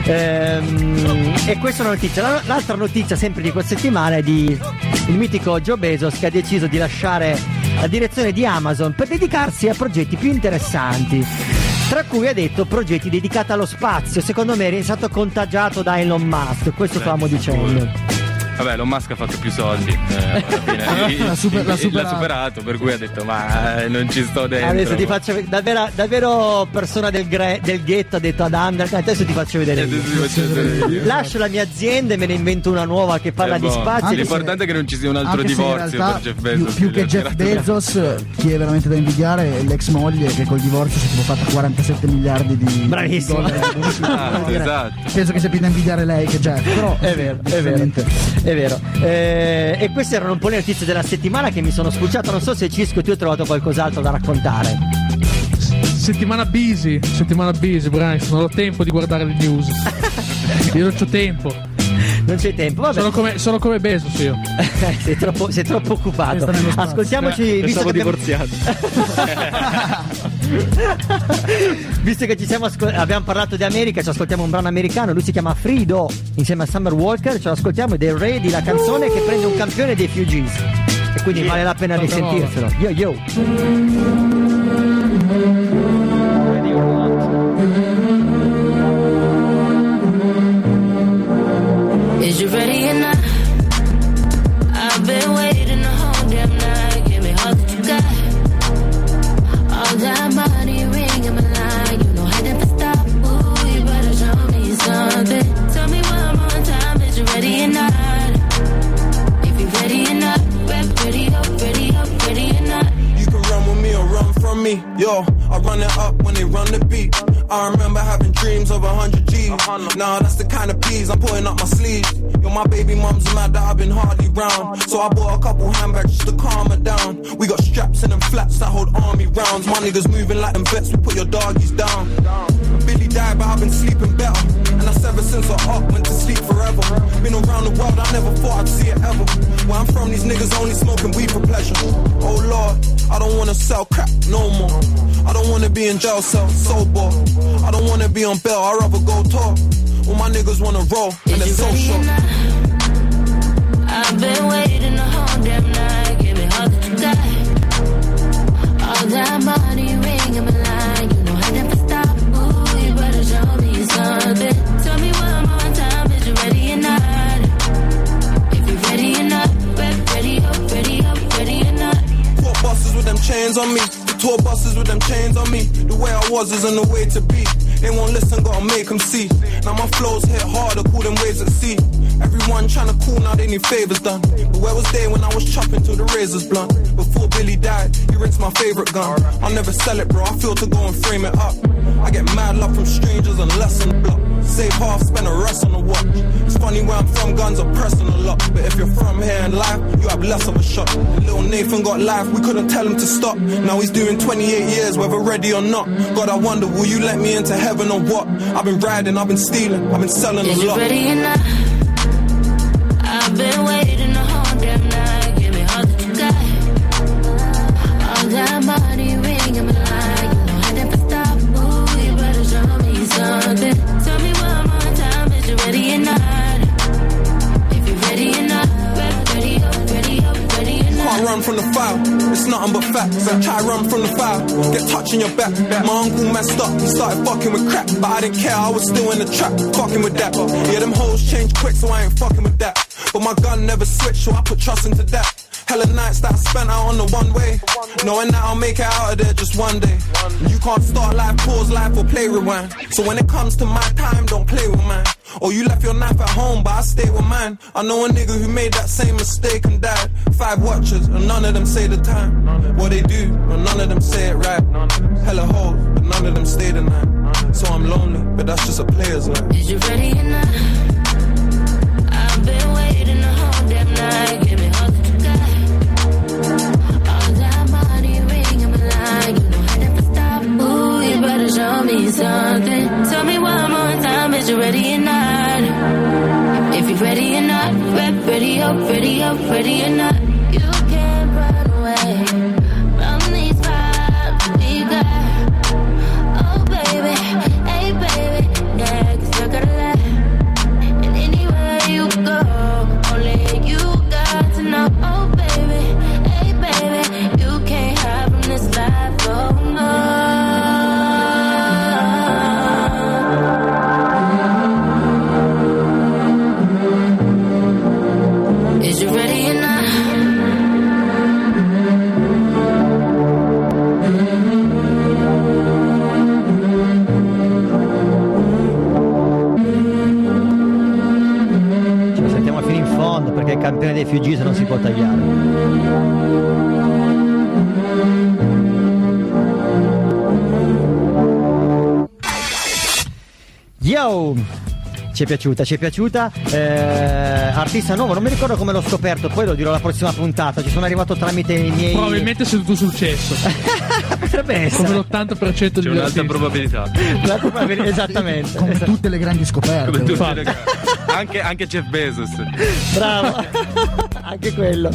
E questa è una notizia. L'altra notizia sempre di questa settimana è di il mitico Joe Bezos, che ha deciso di lasciare la direzione di Amazon per dedicarsi a progetti più interessanti, tra cui ha detto progetti dedicati allo spazio. Secondo me è stato contagiato da Elon Musk, questo stavamo dicendo. Vabbè, Elon Musk ha fatto più soldi, alla fine l'ha superato, per cui ha detto: ma non ci sto dentro. Adesso ti faccio davvero persona del ghetto, ha detto ad Underground: adesso ti faccio vedere io. Lascio la mia azienda e me ne invento una nuova che parla di spazio. L'importante è che non ci sia un altro divorzio per Jeff Bezos. Più che Jeff Bezos, chi è veramente da invidiare è l'ex moglie, che col divorzio si è fatta 47 miliardi di bravissimo dollari. Esatto. Penso che sia più da invidiare lei che Jeff, però è vero. E queste erano un po' le notizie della settimana che mi sono spulciato. Non so se Cisco tu hai trovato qualcos'altro da raccontare. Settimana busy, Brian, non ho tempo di guardare le news. Io non c'ho tempo. Non c'è tempo, vabbè. Sono come Bezos io. sei troppo occupato. Ascoltiamoci. Pensavo divorziato. Visto che abbiamo parlato di America, ci ascoltiamo un brano americano. Lui si chiama Frido insieme a Summer Walker. Ce lo ascoltiamo ed è il re di la canzone che prende un campione dei Fugees. E quindi vale la pena risentirselo. Yo. Is you ready or not? I've been waiting the whole damn night. Give me all that you got. All that money ringing my line. You know I never stop. Ooh, you better show me something. Tell me one more time, is you ready or not? If you ready or not, ready or not. You can run with me or run from me. Yo, I run it up when they run the beat. I remember having dreams of 100 G's. Nah, that's the kind of peas I'm putting up my sleeves. Yo, my baby mom's mad that I've been hardly round, so I bought a couple handbags just to calm her down. We got straps in them flats that hold army rounds. My niggas moving like them vets, we put your doggies down. Billy died, but I've been sleeping better. And that's ever since I up, went to sleep forever. Been around the world, I never thought I'd see it ever. Where I'm from, these niggas only smoking weed for pleasure. Oh Lord, I don't wanna sell crap no more. I don't wanna be in jail cell, sober. I don't wanna be on bail, I'd rather go talk. All my niggas wanna roll, and they're so short. I've been waiting the whole damn night. Give me all that you got. All that money ringing my line. You know I never stop. Ooh, you better show me something. Tell me one more time, is you ready or not? If you ready or not, ready or not. 4 buses with them chains on me. 2 buses with them chains on me. The way I was isn't the way to be. They won't listen, gotta make them see. Now my flows hit harder, cool them waves at sea. Everyone tryna cool, now they need favors done. But where was they when I was chopping till the razor's blunt? Before Billy died, he rinsed my favorite gun. I'll never sell it, bro, I feel to go and frame it up. I get mad love from strangers and less on the block. Save half, spend the rest on the watch. It's funny where I'm from, guns are pressing a lot. But if you're from here in life, you have less of a shot. Little Nathan got life, we couldn't tell him to stop. Now he's doing 28 years, whether ready or not. God, I wonder, will you let me into heaven or what? I've been riding, I've been stealing, I've been selling a lot. Is you ready or not? I've been waiting the whole damn night. Give me all from the file. It's nothing but facts. Try run from the file. Get touch on your back. My uncle messed up. He started fucking with crap, but I didn't care. I was still in the trap, fucking with that. Yeah, them hoes change quick, so I ain't fucking with that. But my gun never switched, so I put trust into that. Hella nights that I spent out on the one way, knowing that I'll make it out of there just one day. You can't start life, pause life, or play rewind. So when it comes to my time, don't play with mine. Or you left your knife at home, but I stay with mine. I know a nigga who made that same mistake and died. 5 watchers, and none of them say the time. What they do, but none of them say it right. Hella hoes, but none of them stay the night. So I'm lonely, but that's just a player's life. Is you ready or not? I've been waiting the whole damn night. Give me all that you got. All that money ringing my line. You know I never stop. Ooh, you better show me something. Tell me one more time, is you ready or not? If you're ready or not, ready up, ready up, ready or not. You can't run away from these vibes we got. Oh baby, hey baby, yeah, 'cause you're gonna laugh. And anywhere you go, only you got to know. Oh baby, hey baby, you can't hide from this life, oh no. Is you ready or not? Ce lo sentiamo fino in fondo perché il campione dei Fugees non si può tagliare. Yo! Ci è piaciuta. Artista nuovo, non mi ricordo come l'ho scoperto, poi lo dirò la prossima puntata. Ci sono arrivato tramite i miei. Probabilmente seduto sul cesso. Potrebbe essere. Come l'80% di un'alta probabilità. Esattamente. Come tutte le grandi scoperte. Anche Jeff Bezos. Bravo. Anche quello.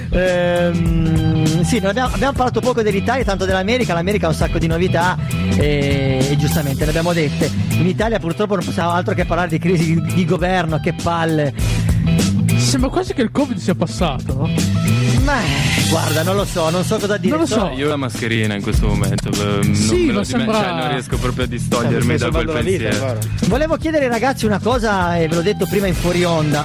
Sì, abbiamo parlato poco dell'Italia, tanto dell'America. L'America ha un sacco di novità e giustamente le abbiamo dette. In Italia purtroppo non possiamo altro che parlare di crisi di governo, che palle. Sembra quasi che il Covid sia passato, no? Ma guarda, non so cosa dire. Non lo so. Io ho la mascherina in questo momento. Sì, non, sembra... non riesco proprio a distogliermi da quel pensiero. Volevo chiedere ai ragazzi una cosa, e ve l'ho detto prima in fuori onda.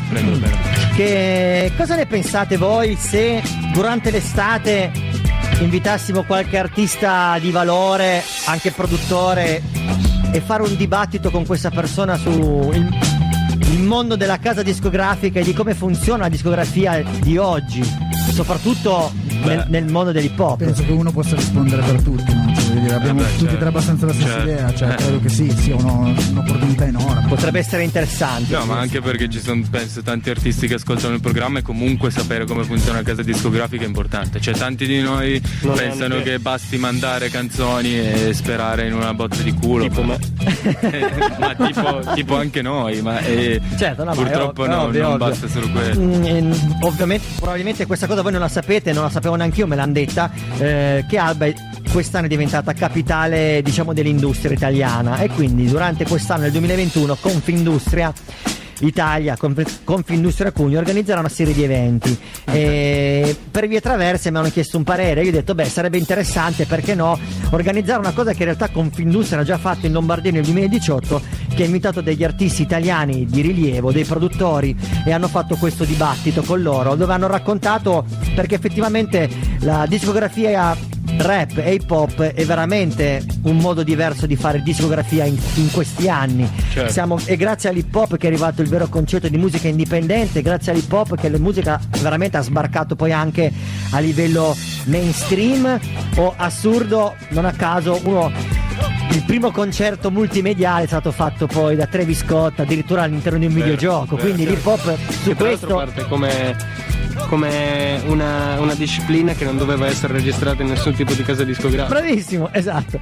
Che cosa ne pensate voi se durante l'estate invitassimo qualche artista di valore, anche produttore, e fare un dibattito con questa persona su il mondo della casa discografica e di come funziona la discografia di oggi, soprattutto nel mondo dell'hip hop? Penso che uno possa rispondere per tutti, no? Abbiamo tutti e tre abbastanza la stessa idea, credo che sia un'opportunità enorme. Potrebbe essere interessante. No, ma anche perché ci sono, penso, tanti artisti che ascoltano il programma e comunque sapere come funziona la casa discografica è importante. Cioè, tanti di noi pensano che basti mandare canzoni e sperare in una botta di culo. Tipo me. Ma tipo anche noi, ma certo, no, purtroppo non basta solo quello. Ovviamente, probabilmente questa cosa voi non la sapete, non la sapevo neanche io, me l'hanno detta, che Alba quest'anno è diventata capitale, diciamo, dell'industria italiana, e quindi durante quest'anno, nel 2021, Confindustria Italia, Confindustria Cuneo organizzerà una serie di eventi, e per vie traverse mi hanno chiesto un parere. Io ho detto sarebbe interessante, perché no, organizzare una cosa che in realtà Confindustria ha già fatto in Lombardia nel 2018, che ha invitato degli artisti italiani di rilievo, dei produttori, e hanno fatto questo dibattito con loro, dove hanno raccontato perché effettivamente la discografia rap e hip hop è veramente un modo diverso di fare discografia in questi anni. Certo. È grazie all'hip hop che è arrivato il vero concetto di musica indipendente, grazie all'hip hop che la musica veramente ha sbarcato poi anche a livello mainstream. O assurdo, non a caso, il primo concerto multimediale è stato fatto poi da Travis Scott, addirittura all'interno di un videogioco. Quindi l'hip hop su che questo parte come una disciplina che non doveva essere registrata in nessun tipo di casa discografica. Bravissimo, esatto.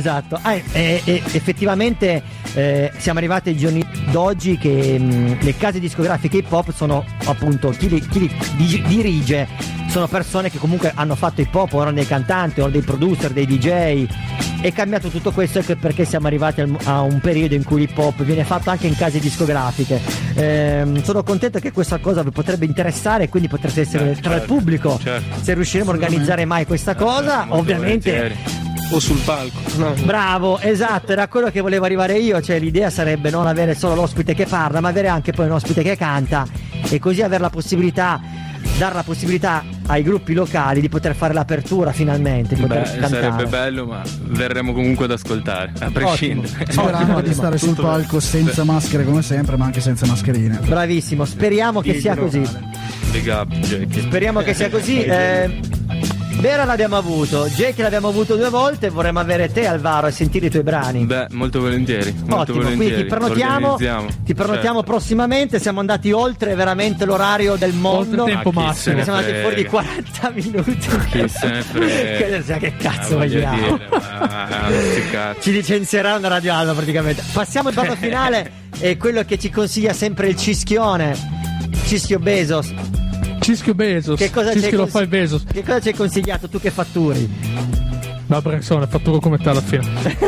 Effettivamente siamo arrivati ai giorni d'oggi che le case discografiche hip hop sono appunto chi li dirige sono persone che comunque hanno fatto hip hop, o erano dei cantanti, o dei producer, dei DJ, è cambiato tutto questo, ecco perché siamo arrivati a un periodo in cui l'hip hop viene fatto anche in case discografiche. Sono contento che questa cosa vi potrebbe interessare e quindi potreste essere tra il pubblico, se riusciremo a organizzare mai questa cosa, ovviamente. O sul palco, no. Bravo, esatto, era quello che volevo arrivare io, cioè l'idea sarebbe non avere solo l'ospite che parla, ma avere anche poi un ospite che canta, e così avere la possibilità, dare la possibilità ai gruppi locali di poter fare l'apertura finalmente, di poter cantare. Sarebbe bello, ma verremo comunque ad ascoltare, a prescindere. Speriamo di stare sul palco senza maschere come sempre, ma anche senza mascherine. Bravissimo, speriamo che sia così. Big up, Jackie. Speriamo che sia così. Vera l'abbiamo avuto, Jackie l'abbiamo avuto 2 volte, vorremmo avere te, Alvaro, e sentire i tuoi brani. Beh, molto volentieri. Molto Ottimo, volentieri. quindi ti prenotiamo prossimamente. Siamo andati oltre veramente l'orario del mondo. Oltre il tempo massimo. Siamo andati fuori di 40 minuti. Chi se ne frega. Che cazzo vogliamo? Ci licenzierà una Radio Alba praticamente. Passiamo al brano finale, è quello che ci consiglia sempre il Cischione, Cischio Bezos. Cischio Bezos. Che cosa Cischio lo fa il Bezos. Che cosa ci hai consigliato tu che fatturi? No, perché sono fatturo come te alla fine.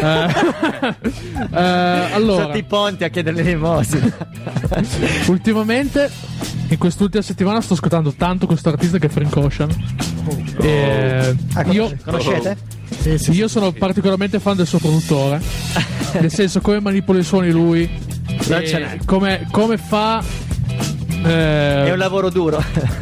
Allora, sotto i ponti a chiedere l'elemosina. Ultimamente, in quest'ultima settimana, sto ascoltando tanto questo artista che è Frank Ocean. Conoscete? Sì. Io sono particolarmente fan del suo produttore. Nel senso, come manipola i suoni lui, come fa. È un lavoro duro.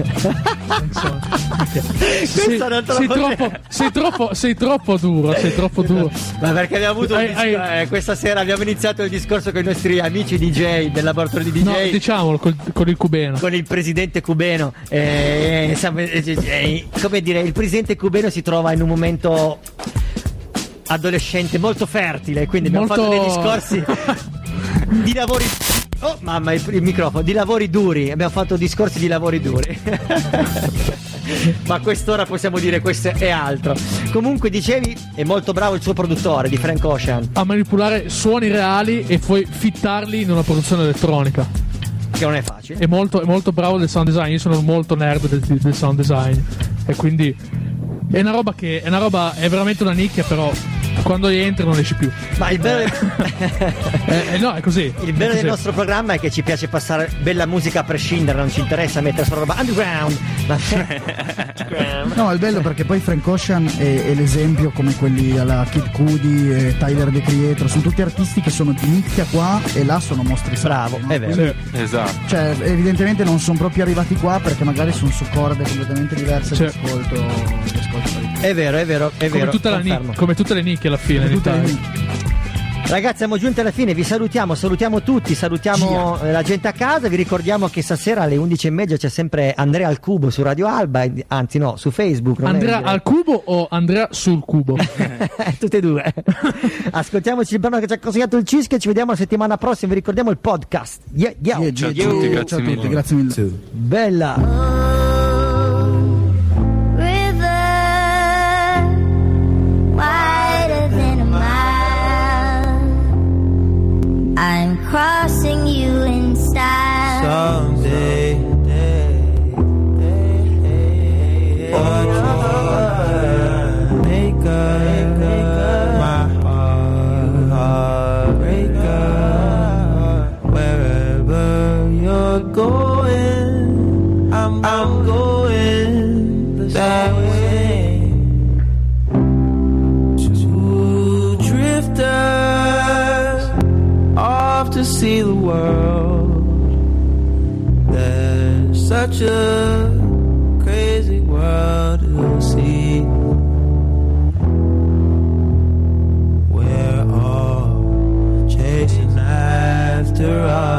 Sei troppo duro. Ma perché abbiamo avuto questa sera abbiamo iniziato il discorso con i nostri amici DJ del laboratorio di DJ. No, diciamolo, con il cubeno. Con il presidente cubeno. Come dire, il presidente cubeno si trova in un momento adolescente molto fertile, quindi abbiamo fatto dei discorsi di lavori. Oh mamma, il microfono, di lavori duri. Abbiamo fatto discorsi di lavori duri. Ma a quest'ora possiamo dire questo è altro. Comunque dicevi, è molto bravo il suo produttore di Frank Ocean a manipolare suoni reali e poi fittarli in una produzione elettronica, che non è facile. È molto bravo del sound design. Io sono molto nerd del sound design, e quindi è una roba è veramente una nicchia, però quando entri non esci più. Ma il bello no, è così. Il bello del nostro programma è che ci piace passare bella musica a prescindere, non ci interessa mettere solo roba underground. No, è bello perché poi Frank Ocean è l'esempio, come quelli alla Kid Cudi e Tyler the Creator, sono tutti artisti che sono di nicchia qua e là sono mostri sacri. Bravo, no? è vero. Quindi, esatto. Cioè, evidentemente non sono proprio arrivati qua perché magari sono su corde completamente diverse di ascolto. È vero. Come tutte le nicchie alla fine. Ragazzi, siamo giunti alla fine, vi salutiamo tutti, salutiamo la gente a casa, vi ricordiamo che stasera alle 11:30 c'è sempre Andrea al Cubo su Radio Alba, anzi no, su Facebook. Andrea al Cubo o Andrea sul Cubo? Tutte e due. Ascoltiamoci il brano che ci ha consigliato il Cischio e ci vediamo la settimana prossima, vi ricordiamo il podcast. Ciao a tutti, grazie mille. Bella. I'm crossing you in style. Someday, but make up my heart break up. Wherever you're going, I'm going that way. Two drifters off to see the world. There's such a crazy world to see. We're all chasing after us.